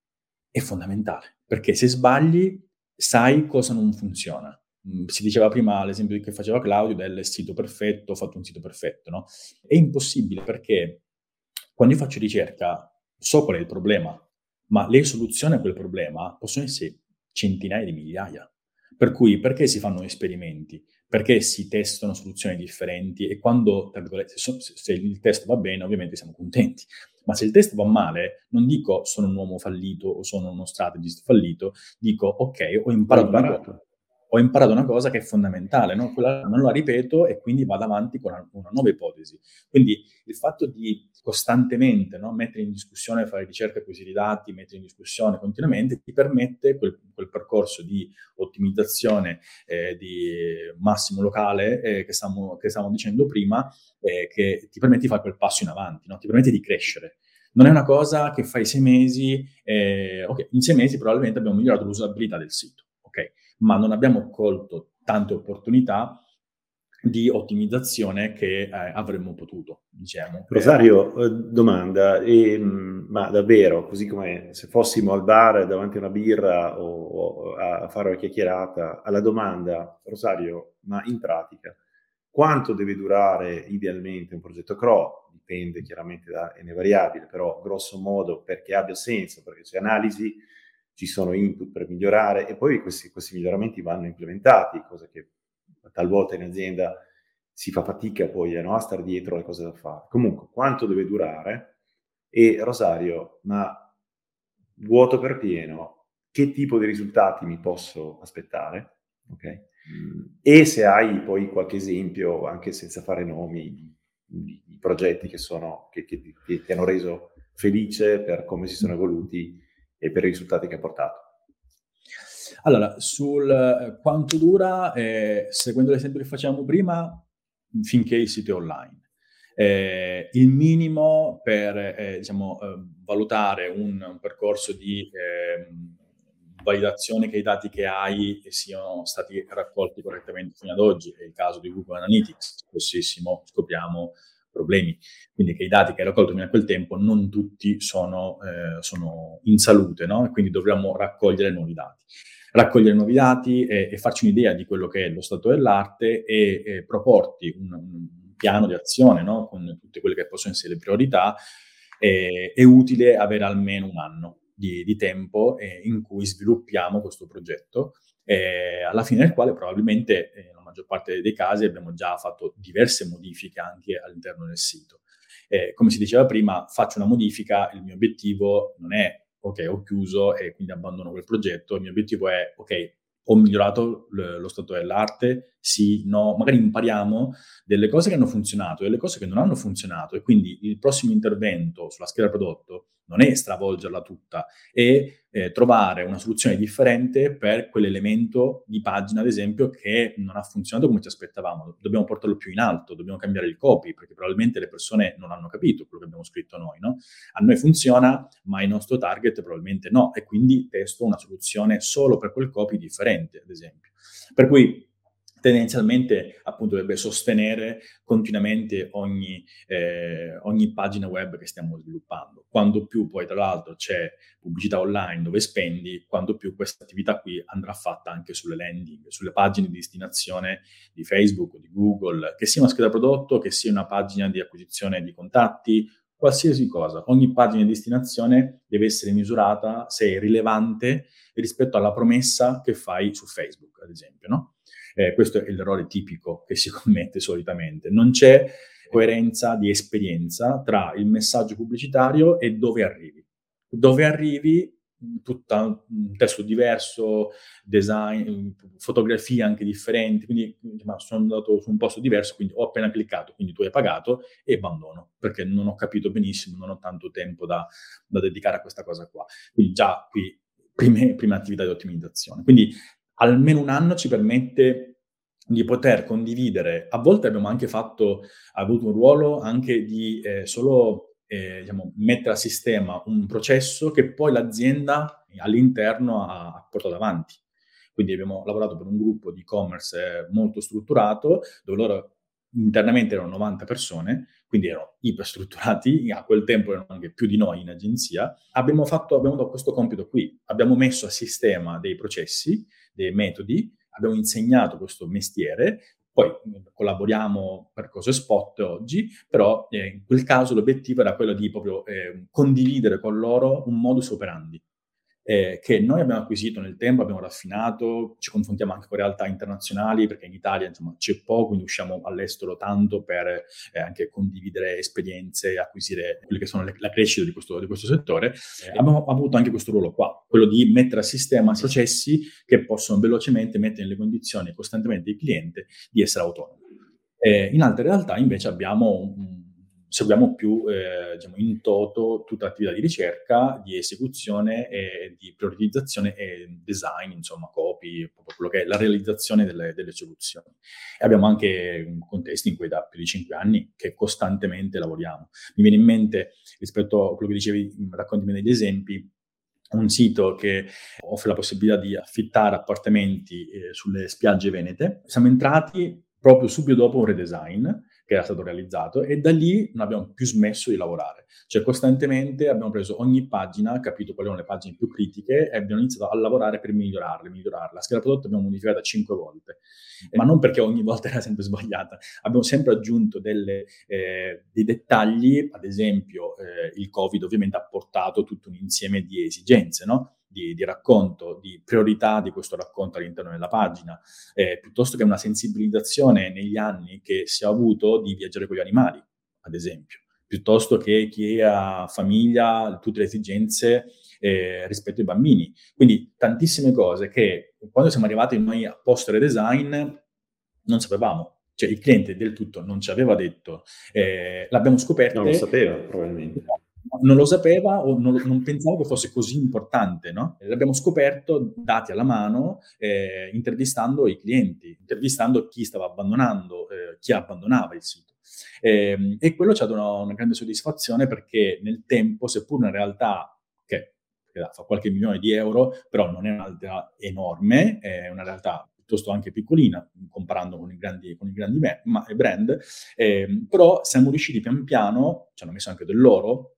è fondamentale, perché se sbagli sai cosa non funziona. Si diceva prima l'esempio che faceva Claudio del sito perfetto, ho fatto un sito perfetto, no? È impossibile, perché quando io faccio ricerca so qual è il problema, ma le soluzioni a quel problema possono essere centinaia di migliaia. Per cui perché si fanno esperimenti? Perché si testano soluzioni differenti e quando, tra virgolette, se, se il test va bene, ovviamente siamo contenti. Ma se il test va male, non dico sono un uomo fallito o sono uno strategist fallito, dico ok, ho imparato, ho imparato. una cosa. Ho imparato una cosa che è fondamentale, no? Quella non la ripeto e quindi vado avanti con una, una nuova ipotesi. Quindi il fatto di costantemente, no, mettere in discussione, fare ricerca, acquisire dati, mettere in discussione continuamente, ti permette quel, quel percorso di ottimizzazione eh, di massimo locale eh, che, stiamo, che stavamo dicendo prima, eh, che ti permette di fare quel passo in avanti, no? Ti permette di crescere. Non è una cosa che fai sei mesi, eh, ok, in sei mesi probabilmente abbiamo migliorato l'usabilità del sito, ok, ma non abbiamo colto tante opportunità di ottimizzazione che eh, avremmo potuto, diciamo. Rosario, eh, domanda, e, ma davvero, così come se fossimo al bar davanti a una birra o, o a fare una chiacchierata, alla domanda, Rosario, ma in pratica, quanto deve durare idealmente un progetto C R O? Dipende chiaramente da N variabile, però grosso modo perché abbia senso, perché c'è analisi, ci sono input per migliorare e poi questi, questi miglioramenti vanno implementati, cosa che talvolta in azienda si fa fatica poi no, a stare dietro le cose da fare. Comunque, quanto deve durare? E Rosario, ma vuoto per pieno, che tipo di risultati mi posso aspettare? Ok? E se hai poi qualche esempio, anche senza fare nomi, di, di, di progetti che, sono, che, che, che ti hanno reso felice per come si sono evoluti e per i risultati che ha portato. Allora, sul eh, quanto dura, eh, seguendo l'esempio che facevamo prima, finché il sito è online. Eh, il minimo per eh, diciamo, eh, valutare un, un percorso di eh, validazione che i dati che hai siano stati raccolti correttamente fino ad oggi, è il caso di Google Analytics, spessissimo scopriamo problemi, quindi che i dati che hai raccolto fino a quel tempo non tutti sono, eh, sono in salute, no? E quindi dovremmo raccogliere nuovi dati. Raccogliere nuovi dati e, e farci un'idea di quello che è lo stato dell'arte e, e proporti un, un piano di azione, no? Con tutte quelle che possono essere le priorità. Eh, è utile avere almeno un anno di, di tempo eh, in cui sviluppiamo questo progetto, eh, alla fine del quale probabilmente eh, nella maggior parte dei casi abbiamo già fatto diverse modifiche anche all'interno del sito. Eh, come si diceva prima, faccio una modifica, il mio obiettivo non è ok, ho chiuso e quindi abbandono quel progetto, il mio obiettivo è ok, ho migliorato l- lo stato dell'arte, sì, no, magari impariamo delle cose che hanno funzionato, delle cose che non hanno funzionato e quindi il prossimo intervento sulla scheda prodotto non è stravolgerla tutta, è eh, trovare una soluzione differente per quell'elemento di pagina, ad esempio, che non ha funzionato come ci aspettavamo. Dobbiamo portarlo più in alto, dobbiamo cambiare il copy, perché probabilmente le persone non hanno capito quello che abbiamo scritto noi, no? A noi funziona, ma il nostro target probabilmente no, e quindi testo una soluzione solo per quel copy differente, ad esempio. Per cui tendenzialmente appunto dovrebbe sostenere continuamente ogni, eh, ogni pagina web che stiamo sviluppando. Quanto più poi tra l'altro c'è pubblicità online dove spendi, quanto più questa attività qui andrà fatta anche sulle landing, sulle pagine di destinazione di Facebook o di Google, che sia una scheda prodotto, che sia una pagina di acquisizione di contatti, qualsiasi cosa. Ogni pagina di destinazione deve essere misurata se è rilevante rispetto alla promessa che fai su Facebook, ad esempio, no? Eh, questo è l'errore tipico che si commette solitamente. Non c'è coerenza di esperienza tra il messaggio pubblicitario e dove arrivi. Dove arrivi, tutto un testo diverso, design, fotografie anche differenti, quindi ma sono andato su un posto diverso, quindi ho appena cliccato, quindi tu hai pagato e abbandono, perché non ho capito benissimo, non ho tanto tempo da, da dedicare a questa cosa qua. Quindi già qui prime, prime attività di ottimizzazione. Quindi almeno un anno ci permette di poter condividere. A volte abbiamo anche fatto, avuto un ruolo anche di eh, solo eh, diciamo, mettere a sistema un processo che poi l'azienda all'interno ha, ha portato avanti. Quindi abbiamo lavorato per un gruppo di e-commerce molto strutturato, dove loro internamente erano novanta persone, quindi erano iperstrutturati, a quel tempo erano anche più di noi in agenzia. Abbiamo fatto, abbiamo dato questo compito qui, abbiamo messo a sistema dei processi, dei metodi, abbiamo insegnato questo mestiere, poi collaboriamo per cose spot oggi, però eh, in quel caso l'obiettivo era quello di proprio eh, condividere con loro un modus operandi. Eh, che noi abbiamo acquisito nel tempo, abbiamo raffinato, ci confrontiamo anche con realtà internazionali, perché in Italia insomma c'è poco, quindi usciamo all'estero tanto per eh, anche condividere esperienze, acquisire quelle che sono le, la crescita di questo, di questo settore. Eh, abbiamo avuto anche questo ruolo qua, quello di mettere a sistema processi che possono velocemente mettere nelle condizioni costantemente il cliente di essere autonomo. Eh, in altre realtà invece abbiamo un seguiamo più eh, diciamo, in toto tutta l'attività di ricerca, di esecuzione e di priorizzazione e design, insomma, copy, proprio quello che è la realizzazione delle, delle soluzioni. E abbiamo anche un contesto in cui da più di cinque anni che costantemente lavoriamo. Mi viene in mente, rispetto a quello che dicevi, raccontami degli esempi, un sito che offre la possibilità di affittare appartamenti eh, sulle spiagge venete. Siamo entrati proprio subito dopo un redesign che era stato realizzato, e da lì non abbiamo più smesso di lavorare. Cioè costantemente abbiamo preso ogni pagina, capito quali erano le pagine più critiche e abbiamo iniziato a lavorare per migliorarle, migliorarle. La scheda prodotto abbiamo modificata cinque volte, ma non perché ogni volta era sempre sbagliata. Abbiamo sempre aggiunto delle, eh, dei dettagli, ad esempio eh, il Covid ovviamente ha portato tutto un insieme di esigenze, no? Di, di racconto, di priorità di questo racconto all'interno della pagina, eh, piuttosto che una sensibilizzazione negli anni che si è avuto di viaggiare con gli animali, ad esempio, piuttosto che chi ha famiglia, tutte le esigenze eh, rispetto ai bambini. Quindi tantissime cose che quando siamo arrivati noi a post-redesign non sapevamo. Cioè il cliente del tutto non ci aveva detto, eh, l'abbiamo scoperto. Non lo sapeva probabilmente. Non lo sapeva o non, non pensavo che fosse così importante, no? L'abbiamo scoperto dati alla mano, eh, intervistando i clienti, intervistando chi stava abbandonando, eh, chi abbandonava il sito. Eh, e quello ci ha dato una, una grande soddisfazione, perché nel tempo, seppur una realtà che, che fa qualche milione di euro, però non è una realtà enorme, è una realtà piuttosto anche piccolina, comparando con i grandi, con i grandi brand, eh, però siamo riusciti pian piano, ci hanno messo anche del loro,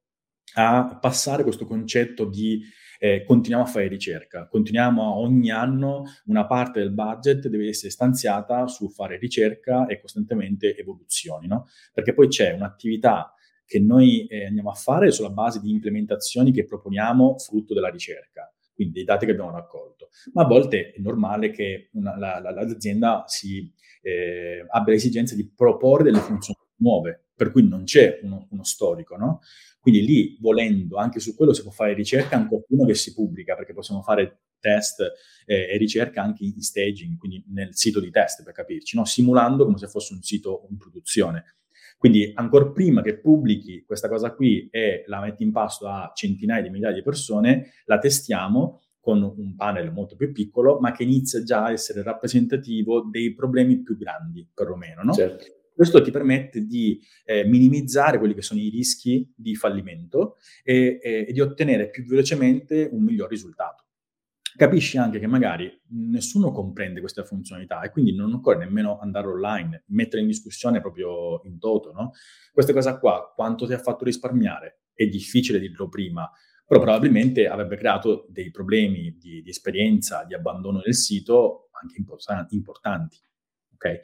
a passare questo concetto di eh, continuiamo a fare ricerca, continuiamo ogni anno, una parte del budget deve essere stanziata su fare ricerca e costantemente evoluzioni, no? Perché poi c'è un'attività che noi eh, andiamo a fare sulla base di implementazioni che proponiamo frutto della ricerca, quindi dei dati che abbiamo raccolto, ma a volte è normale che una, la, la, l'azienda si, eh, abbia l'esigenza di proporre delle funzioni nuove, per cui non c'è uno, uno storico, no? Quindi lì, volendo, anche su quello si può fare ricerca ancora prima che si pubblica, perché possiamo fare test eh, e ricerca anche in staging, quindi nel sito di test, per capirci, no? Simulando come se fosse un sito in produzione. Quindi ancora prima che pubblichi questa cosa qui e la metti in pasto a centinaia di migliaia di persone, la testiamo con un panel molto più piccolo, ma che inizia già a essere rappresentativo dei problemi più grandi, perlomeno, no? Certo. Questo ti permette di eh, minimizzare quelli che sono i rischi di fallimento e, e, e di ottenere più velocemente un miglior risultato. Capisci anche che magari nessuno comprende questa funzionalità e quindi non occorre nemmeno andare online, mettere in discussione proprio in toto, no? Questa cosa qua, quanto ti ha fatto risparmiare? È difficile dirlo prima, però probabilmente avrebbe creato dei problemi di, di esperienza, di abbandono del sito anche importanti, ok?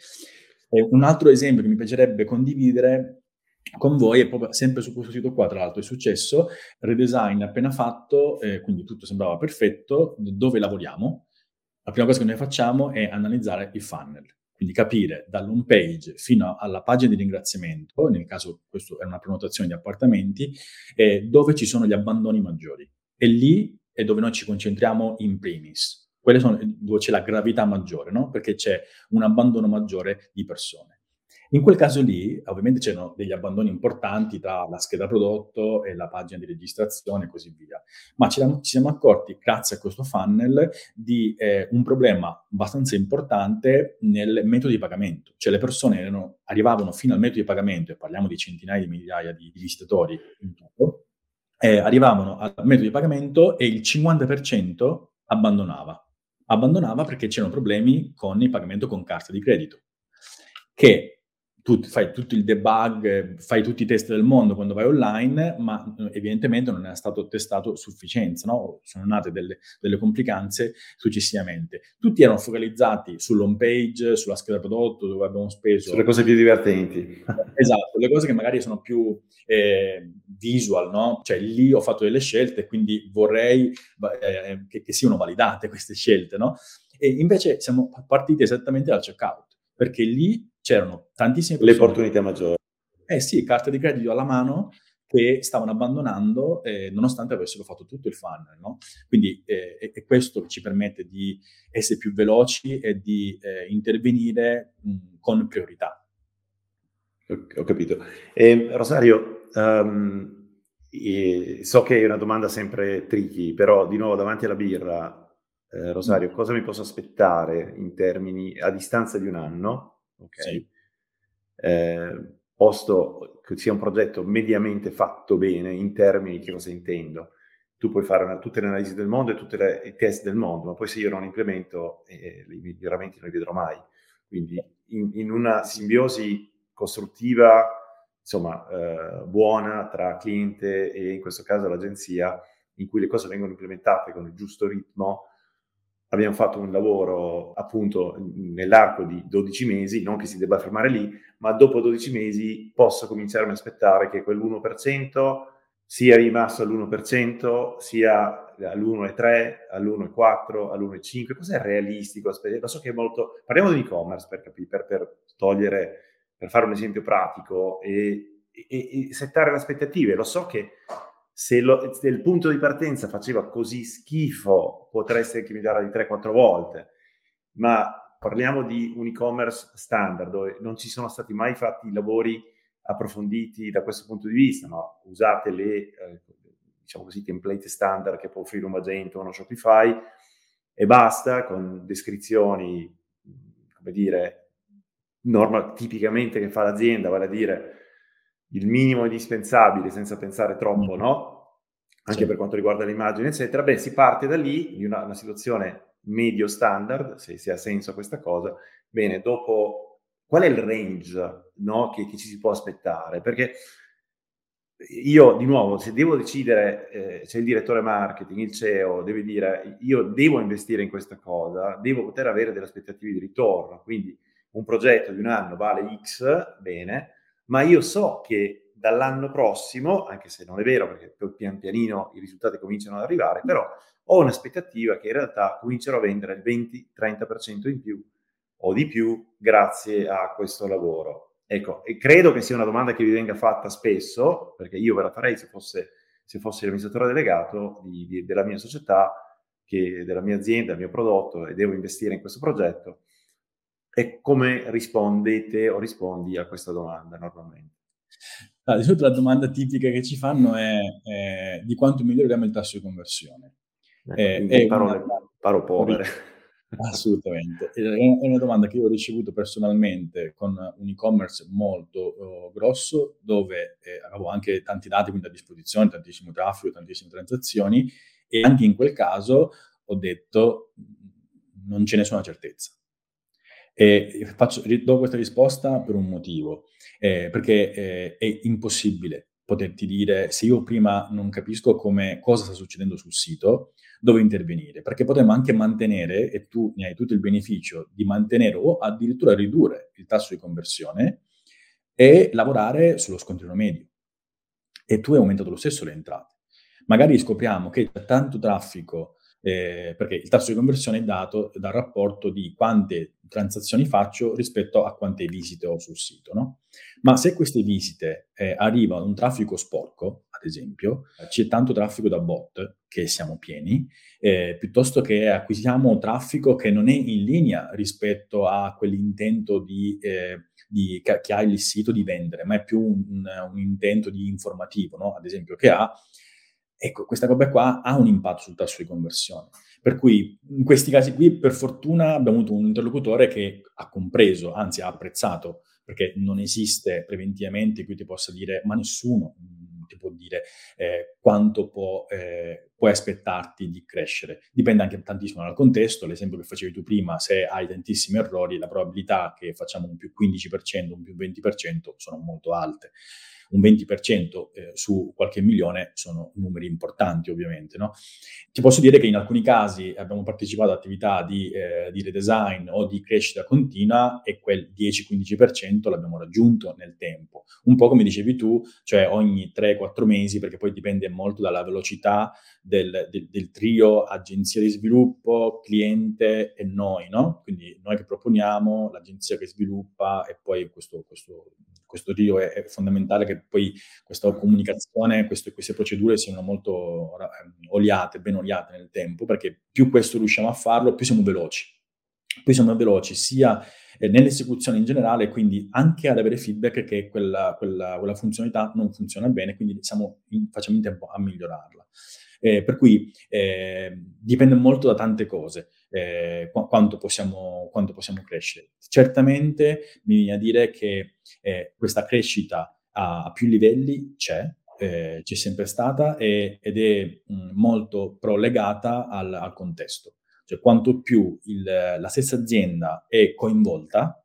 E un altro esempio che mi piacerebbe condividere con voi è proprio sempre su questo sito qua, tra l'altro è successo, redesign appena fatto, eh, quindi tutto sembrava perfetto, dove lavoriamo. La prima cosa che noi facciamo è analizzare il funnel, quindi capire dall'home page fino alla pagina di ringraziamento, nel caso questo è una prenotazione di appartamenti, eh, dove ci sono gli abbandoni maggiori. E lì è dove noi ci concentriamo in primis. Quelle sono dove c'è la gravità maggiore, no? Perché c'è un abbandono maggiore di persone. In quel caso lì, ovviamente c'erano degli abbandoni importanti tra la scheda prodotto e la pagina di registrazione e così via, ma ci, ci siamo accorti, grazie a questo funnel, di eh, un problema abbastanza importante nel metodo di pagamento. Cioè le persone erano, arrivavano fino al metodo di pagamento, e parliamo di centinaia di migliaia di, di visitatori in tutto, eh, arrivavano al metodo di pagamento e il cinquanta per cento abbandonava. Abbandonava perché c'erano problemi con il pagamento con carta di credito, che tu fai tutto il debug, fai tutti i test del mondo quando vai online, ma evidentemente non è stato testato a sufficienza, no? Sono nate delle, delle complicanze successivamente. Tutti erano focalizzati sull'home page, sulla scheda prodotto, dove abbiamo speso... Sulle cose più divertenti. Esatto, le cose che magari sono più eh, visual, no? Cioè lì ho fatto delle scelte, quindi vorrei eh, che, che siano validate queste scelte, no? E invece siamo partiti esattamente dal checkout, perché lì c'erano tantissime persone... Le opportunità maggiori. Eh sì, carte di credito alla mano che stavano abbandonando eh, nonostante avessero fatto tutto il funnel, no? Quindi eh, è, è questo che ci permette di essere più veloci e di eh, intervenire mh, con priorità. Ho capito. Eh, Rosario, um, eh, so che è una domanda sempre tricky, però di nuovo davanti alla birra, eh, Rosario, mm. cosa mi posso aspettare in termini a distanza di un anno? Ok. Sì. Eh, posto che sia un progetto mediamente fatto bene in termini che cosa intendo. Tu puoi fare una, tutte le analisi del mondo e tutti i test del mondo, ma poi se io non implemento, eh, i miglioramenti non li vedrò mai. Quindi in, in una simbiosi costruttiva, insomma, eh, buona tra cliente e in questo caso l'agenzia, in cui le cose vengono implementate con il giusto ritmo. Abbiamo fatto un lavoro appunto nell'arco di dodici mesi, non che si debba fermare lì, ma dopo dodici mesi posso cominciare a aspettare che quell'uno per cento sia rimasto all'uno per cento, sia all'uno virgola tre, all'uno virgola quattro, all'uno virgola cinque. Cos'è realistico? Lo so che è molto... Parliamo di e-commerce per capire, per, per togliere, per fare un esempio pratico e, e, e settare le aspettative. Lo so che se, lo, se il punto di partenza faceva così schifo, potreste anche migliorare di tre quattro volte, ma parliamo di un e-commerce standard, dove non ci sono stati mai fatti i lavori approfonditi da questo punto di vista, no? Usate le, eh, diciamo così, template standard che può offrire un Magento o uno Shopify e basta, con descrizioni, come dire, norma, tipicamente che fa l'azienda, vale a dire il minimo indispensabile senza pensare troppo, no? Anche sì. Per quanto riguarda l'immagine, eccetera. Beh, si parte da lì, di una, una situazione medio standard, se, se ha senso questa cosa. Bene, dopo, qual è il range, no, che, che ci si può aspettare? Perché io, di nuovo, se devo decidere, eh, c'è il direttore marketing, il C E O, deve dire, io devo investire in questa cosa, devo poter avere delle aspettative di ritorno. Quindi un progetto di un anno vale X, bene, ma io so che dall'anno prossimo, anche se non è vero perché poi pian pianino i risultati cominciano ad arrivare, però ho un'aspettativa che in realtà comincerò a vendere il venti trenta per cento in più o di più grazie a questo lavoro. Ecco, e credo che sia una domanda che vi venga fatta spesso, perché io ve la farei se fosse, se fossi l'amministratore delegato di, di, della mia società, che, della mia azienda, del mio prodotto, e devo investire in questo progetto. E come rispondete o rispondi a questa domanda normalmente? Ah, di solito la domanda tipica che ci fanno è eh, di quanto miglioreremo il tasso di conversione. Ecco, eh, è parole, una... paro povere. Assolutamente. È una domanda che io ho ricevuto personalmente con un e-commerce molto uh, grosso, dove eh, avevo anche tanti dati quindi a disposizione, tantissimo traffico, tantissime transazioni, e anche in quel caso ho detto non c'è nessuna certezza. E faccio, do questa risposta per un motivo, eh, perché eh, è impossibile poterti dire, se io prima non capisco come, cosa sta succedendo sul sito, dove intervenire, perché potremmo anche mantenere, e tu ne hai tutto il beneficio di mantenere o addirittura ridurre il tasso di conversione e lavorare sullo scontrino medio. E tu hai aumentato lo stesso le entrate. Magari scopriamo che c'è tanto traffico, Eh, perché il tasso di conversione è dato dal rapporto di quante transazioni faccio rispetto a quante visite ho sul sito, no? Ma se queste visite eh, arrivano un traffico sporco, ad esempio, c'è tanto traffico da bot, che siamo pieni, eh, piuttosto che acquisiamo traffico che non è in linea rispetto a quell'intento di eh, di, che, che ha il sito di vendere, ma è più un, un, un intento di informativo, no? Ad esempio, che ha. Ecco, questa roba qua ha un impatto sul tasso di conversione. Per cui in questi casi qui, per fortuna, abbiamo avuto un interlocutore che ha compreso, anzi ha apprezzato, perché non esiste preventivamente qui ti possa dire, ma nessuno mh, ti può dire eh, quanto può, eh, puoi aspettarti di crescere. Dipende anche tantissimo dal contesto. L'esempio che facevi tu prima, se hai tantissimi errori, la probabilità che facciamo un più quindici per cento, un più venti per cento sono molto alte. Un venti per cento eh, su qualche milione sono numeri importanti, ovviamente, no? Ti posso dire che in alcuni casi abbiamo partecipato a attività di, eh, di redesign o di crescita continua e quel dieci-quindici per cento l'abbiamo raggiunto nel tempo. Un po' come dicevi tu, cioè ogni tre quattro mesi, perché poi dipende molto dalla velocità del, del, del trio agenzia di sviluppo, cliente e noi, no? Quindi noi che proponiamo, l'agenzia che sviluppa e poi questo, questo, questo trio è, è fondamentale che poi questa comunicazione, queste, queste procedure siano molto oliate, ben oliate nel tempo, perché più questo riusciamo a farlo, più siamo veloci. Più siamo veloci sia eh, nell'esecuzione in generale, quindi anche ad avere feedback che quella, quella, quella funzionalità non funziona bene, quindi siamo in, facciamo in tempo a migliorarla. Eh, per cui eh, dipende molto da tante cose, eh, qu- quanto, possiamo, quanto possiamo crescere. Certamente mi viene a dire che eh, questa crescita a, a più livelli c'è, eh, c'è sempre stata e, ed è mh, molto però legata al, al contesto. Cioè quanto più il, la stessa azienda è coinvolta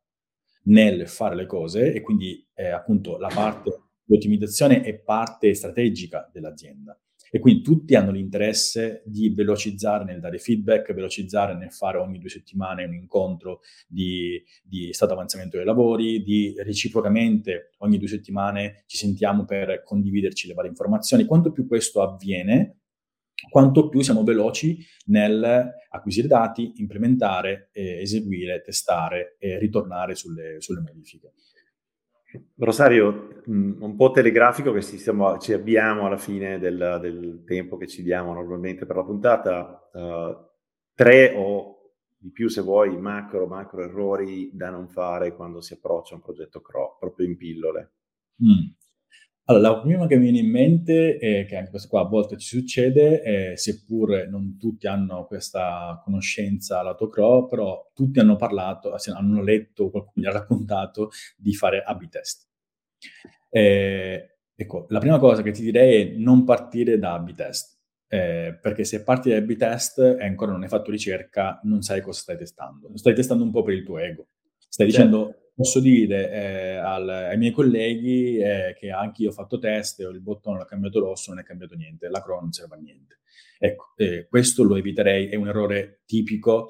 nel fare le cose e quindi eh, appunto la parte di ottimizzazione è parte strategica dell'azienda. E quindi tutti hanno l'interesse di velocizzare nel dare feedback, velocizzare nel fare ogni due settimane un incontro di, di stato avanzamento dei lavori, di reciprocamente ogni due settimane ci sentiamo per condividerci le varie informazioni. Quanto più questo avviene, quanto più siamo veloci nel acquisire dati, implementare, eh, eseguire, testare e ritornare sulle, sulle modifiche. Rosario, un po' telegrafico che ci, stiamo, ci abbiamo alla fine del, del tempo che ci diamo normalmente per la puntata, uh, tre o di più se vuoi macro, macro errori da non fare quando si approccia un progetto C R O, proprio in pillole. Mm. Allora, la prima che mi viene in mente è che anche questo qua a volte ci succede, eh, seppur non tutti hanno questa conoscenza lato C R O, però tutti hanno parlato, hanno letto, qualcuno gli ha raccontato di fare A B test. Eh, ecco, la prima cosa che ti direi è non partire da A B test, eh, perché se parti da A B test e ancora non hai fatto ricerca, non sai cosa stai testando. Stai testando un po' per il tuo ego. Stai certo. dicendo... Posso dire eh, al, ai miei colleghi eh, che anche io ho fatto test, il bottone l'ho cambiato rosso, non è cambiato niente, la C R O non serve a niente. Ecco, eh, questo lo eviterei, è un errore tipico,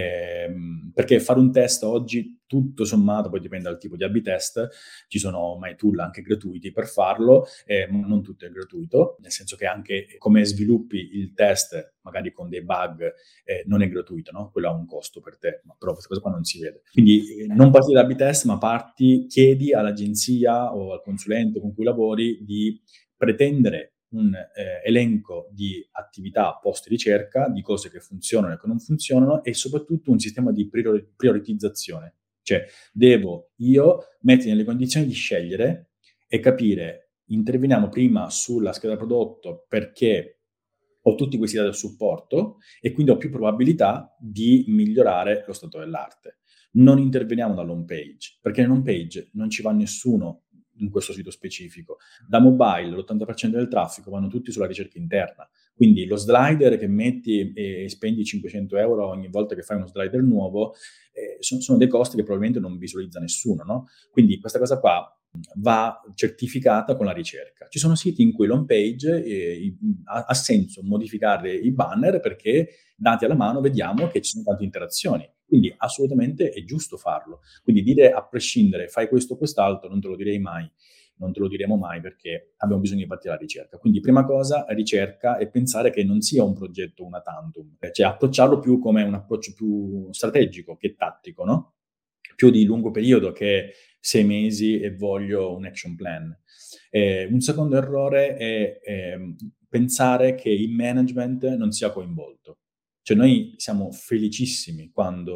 ehm, perché fare un test oggi, tutto sommato, poi dipende dal tipo di A B test, ci sono mai tool anche gratuiti per farlo, eh, ma non tutto è gratuito, nel senso che anche come sviluppi il test, magari con dei bug, eh, non è gratuito, no? Quello ha un costo per te, ma però questa cosa qua non si vede. Quindi eh, non parti da A B test, ma parti, chiedi all'agenzia o al consulente con cui lavori di pretendere un eh, elenco di attività post ricerca, di cose che funzionano e che non funzionano e soprattutto un sistema di priori- prioritizzazione. Cioè, devo io mettere nelle condizioni di scegliere e capire, interveniamo prima sulla scheda prodotto perché ho tutti questi dati del supporto e quindi ho più probabilità di migliorare lo stato dell'arte. Non interveniamo dall'home page, perché nell'home page non ci va nessuno in questo sito specifico. Da mobile l'ottanta per cento del traffico vanno tutti sulla ricerca interna, quindi lo slider che metti e spendi cinquecento euro ogni volta che fai uno slider nuovo eh, sono, sono dei costi che probabilmente non visualizza nessuno, no? Quindi questa cosa qua va certificata con la ricerca. Ci sono siti in cui l'home page eh, ha, ha senso modificare i banner perché dati alla mano vediamo che ci sono tante interazioni. Quindi assolutamente è giusto farlo. Quindi dire a prescindere fai questo o quest'altro non te lo direi mai, non te lo diremo mai perché abbiamo bisogno di partire dalla ricerca. Quindi prima cosa ricerca e pensare che non sia un progetto una tantum, cioè approcciarlo più come un approccio più strategico che tattico, no? Più di lungo periodo che sei mesi e voglio un action plan. Eh, un secondo errore è eh, pensare che il management non sia coinvolto. Cioè noi siamo felicissimi quando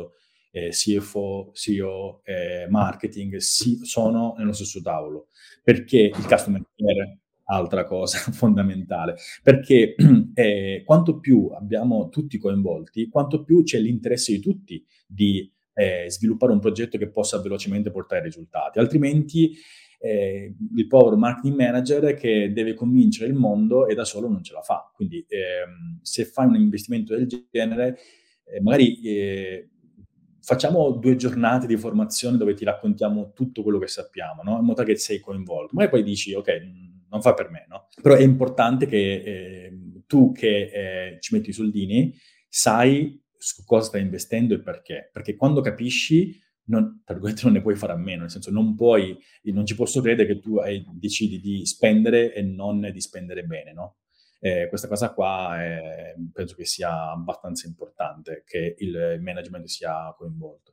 eh, C F O, C E O, eh, marketing si, sono nello stesso tavolo, perché il customer care, altra cosa fondamentale, perché eh, quanto più abbiamo tutti coinvolti, quanto più c'è l'interesse di tutti di eh, sviluppare un progetto che possa velocemente portare risultati, altrimenti eh, il povero marketing manager che deve convincere il mondo e da solo non ce la fa. Quindi ehm, se fai un investimento del genere, eh, magari eh, facciamo due giornate di formazione dove ti raccontiamo tutto quello che sappiamo, no? In modo che sei coinvolto. Ma poi dici, ok, non fa per me, no? Però è importante che eh, tu che eh, ci metti i soldini sai su cosa stai investendo e perché. Perché quando capisci, non, tra virgolette, non ne puoi fare a meno, nel senso non puoi, non ci posso credere che tu hai, decidi di spendere e non di spendere bene, no? Eh, questa cosa qua è, penso che sia abbastanza importante, che il management sia coinvolto.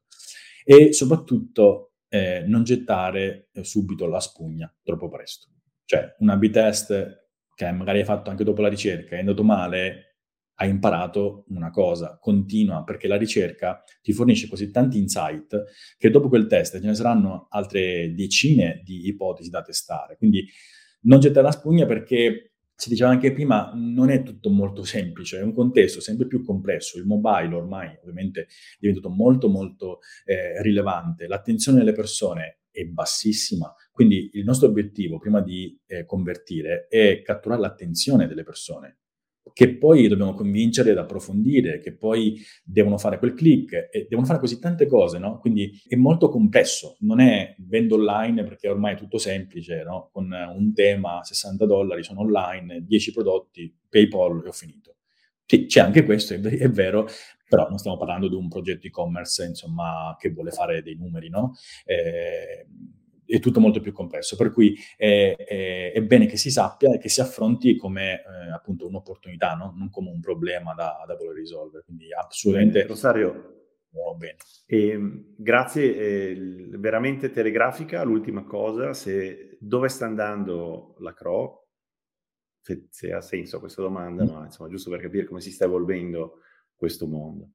E soprattutto eh, non gettare eh, subito la spugna troppo presto. Cioè, un A B test che magari hai fatto anche dopo la ricerca è andato male, hai imparato una cosa, continua, perché la ricerca ti fornisce così tanti insight che dopo quel test ce ne saranno altre decine di ipotesi da testare. Quindi non gettare la spugna, perché si diceva anche prima, non è tutto molto semplice, è un contesto sempre più complesso. Il mobile ormai ovviamente è diventato molto molto eh, rilevante, l'attenzione delle persone è bassissima, quindi il nostro obiettivo prima di eh, convertire è catturare l'attenzione delle persone, che poi dobbiamo convincere ad approfondire, che poi devono fare quel click, e devono fare così tante cose, no? Quindi è molto complesso, non è vendo online perché ormai è tutto semplice, no? Con un tema, sessanta dollari, sono online, dieci prodotti, PayPal e ho finito. Sì, c'è anche questo, è, è vero, però non stiamo parlando di un progetto e-commerce, insomma, che vuole fare dei numeri, no? Eh, è tutto molto più complesso, per cui è, è, è bene che si sappia e che si affronti come eh, appunto un'opportunità, no? Non come un problema da, da voler risolvere, quindi assolutamente... Bene, Rosario, oh, bene. E, grazie, eh, veramente telegrafica l'ultima cosa, se dove sta andando la Cro, se, se ha senso questa domanda, mm. ma insomma giusto per capire come si sta evolvendo questo mondo.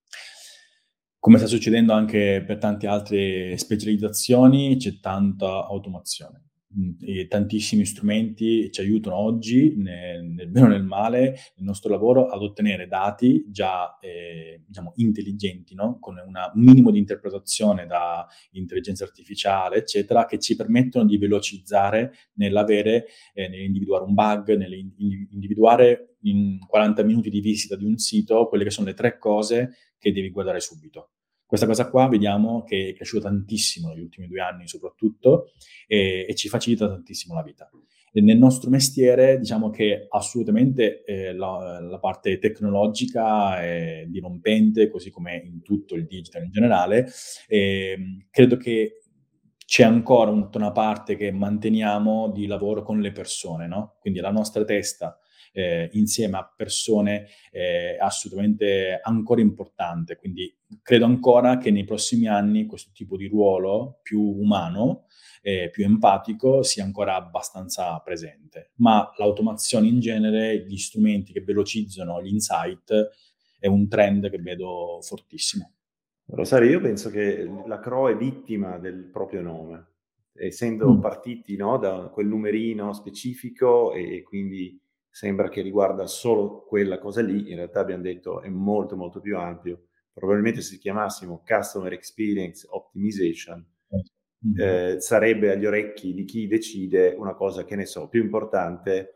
Come sta succedendo anche per tante altre specializzazioni, c'è tanta automazione. E tantissimi strumenti ci aiutano oggi, nel, nel bene o nel male, nel nostro lavoro ad ottenere dati già eh, diciamo intelligenti, no? Con una, un minimo di interpretazione da intelligenza artificiale, eccetera, che ci permettono di velocizzare nell'avere, eh, nell'individuare un bug, nell'individuare in quaranta minuti di visita di un sito quelle che sono le tre cose che devi guardare subito. Questa cosa qua vediamo che è cresciuta tantissimo negli ultimi due anni soprattutto e, e ci facilita tantissimo la vita. E nel nostro mestiere diciamo che assolutamente eh, la, la parte tecnologica è dirompente, così come in tutto il digital in generale. E credo che c'è ancora una parte che manteniamo di lavoro con le persone, no? Quindi la nostra testa Eh, insieme a persone è eh, assolutamente ancora importante, quindi credo ancora che nei prossimi anni questo tipo di ruolo più umano, eh, più empatico sia ancora abbastanza presente, ma l'automazione in genere, gli strumenti che velocizzano gli insight è un trend che vedo fortissimo. Rosario, io penso che la Cro è vittima del proprio nome, essendo mm. partiti, no, da quel numerino specifico e, e quindi sembra che riguarda solo quella cosa lì, in realtà abbiamo detto è molto molto più ampio. Probabilmente se chiamassimo Customer Experience Optimization mm-hmm. eh, sarebbe agli orecchi di chi decide una cosa, che ne so, più importante,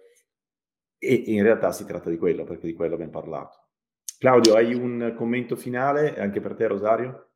e in realtà si tratta di quello, perché di quello abbiamo parlato. Claudio, hai un commento finale anche per te, Rosario?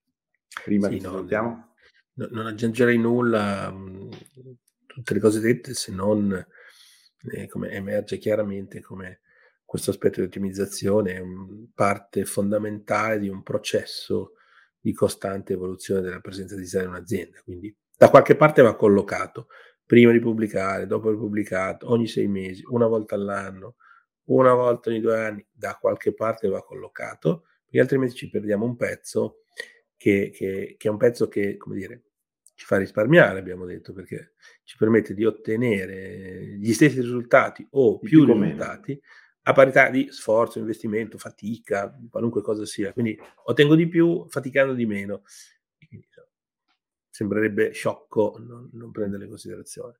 Prima sì, che ci no, salutiamo? No, non aggiungerei nulla, mh, tutte le cose dette, se non eh, come emerge chiaramente come questo aspetto di ottimizzazione è un, parte fondamentale di un processo di costante evoluzione della presenza di design in un'azienda. Quindi da qualche parte va collocato, prima di pubblicare, dopo di pubblicato, ogni sei mesi, una volta all'anno, una volta ogni due anni, da qualche parte va collocato, perché altrimenti ci perdiamo un pezzo che, che, che è un pezzo che, come dire, ci fa risparmiare, abbiamo detto, perché ci permette di ottenere gli stessi risultati o più, più risultati a parità di sforzo, investimento, fatica, qualunque cosa sia. Quindi ottengo di più faticando di meno. Quindi, sembrerebbe sciocco non, non prenderle in considerazione.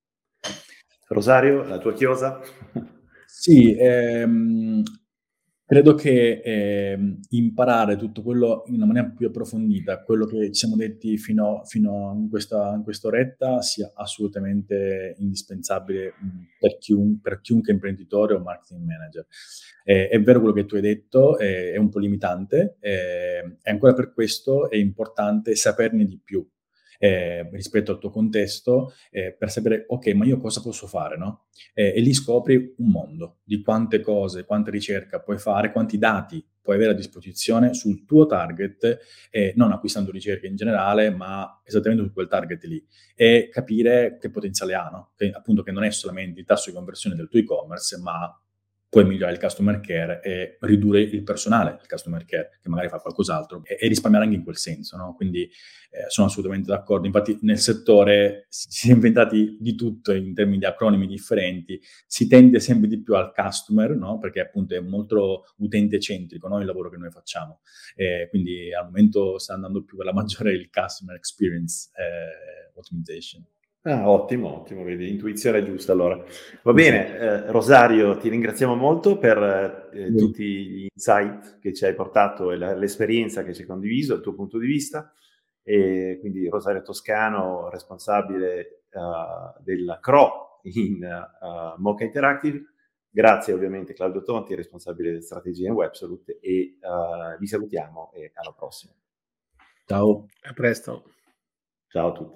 Rosario, la tua chiosa? Sì, ehm, credo che ehm, imparare tutto quello in una maniera più approfondita, quello che ci siamo detti fino, fino in questa in quest'oretta, sia assolutamente indispensabile mh, per, chiun, per chiunque imprenditore o marketing manager. Eh, è vero quello che tu hai detto, eh, è un po' limitante, eh, e ancora per questo è importante saperne di più. Eh, rispetto al tuo contesto, eh, per sapere, ok, ma io cosa posso fare, no? Eh, e lì scopri un mondo di quante cose, quanta ricerca puoi fare, quanti dati puoi avere a disposizione sul tuo target, eh, non acquistando ricerche in generale, ma esattamente su quel target lì, e capire che potenziale ha, no? Che, appunto, che non è solamente il tasso di conversione del tuo e-commerce, ma puoi migliorare il customer care e ridurre il personale del customer care, che magari fa qualcos'altro, e, e risparmiare anche in quel senso, no? Quindi eh, sono assolutamente d'accordo. Infatti nel settore si, si è inventati di tutto in termini di acronimi differenti, si tende sempre di più al customer, no? Perché appunto è molto utente centrico, no? Il lavoro che noi facciamo. Eh, quindi al momento sta andando più per la maggiore il customer experience eh, optimization. Ah, ottimo, ottimo, vedi, intuizione giusta allora. Va bene, eh, Rosario, ti ringraziamo molto per eh, tutti gli insight che ci hai portato e la, l'esperienza che ci hai condiviso, il tuo punto di vista. E quindi Rosario Toscano, responsabile uh, della C R O in uh, Mocha Interactive. Grazie ovviamente Claudio Tonti, responsabile di strategia in Websolute, e uh, vi salutiamo e alla prossima. Ciao. A presto. Ciao a tutti.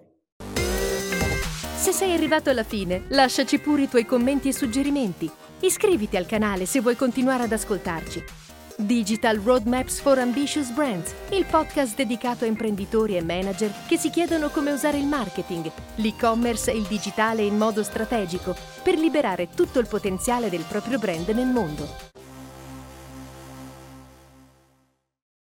Se sei arrivato alla fine, lasciaci pure i tuoi commenti e suggerimenti. Iscriviti al canale se vuoi continuare ad ascoltarci. Digital Roadmaps for Ambitious Brands, il podcast dedicato a imprenditori e manager che si chiedono come usare il marketing, l'e-commerce e il digitale in modo strategico per liberare tutto il potenziale del proprio brand nel mondo.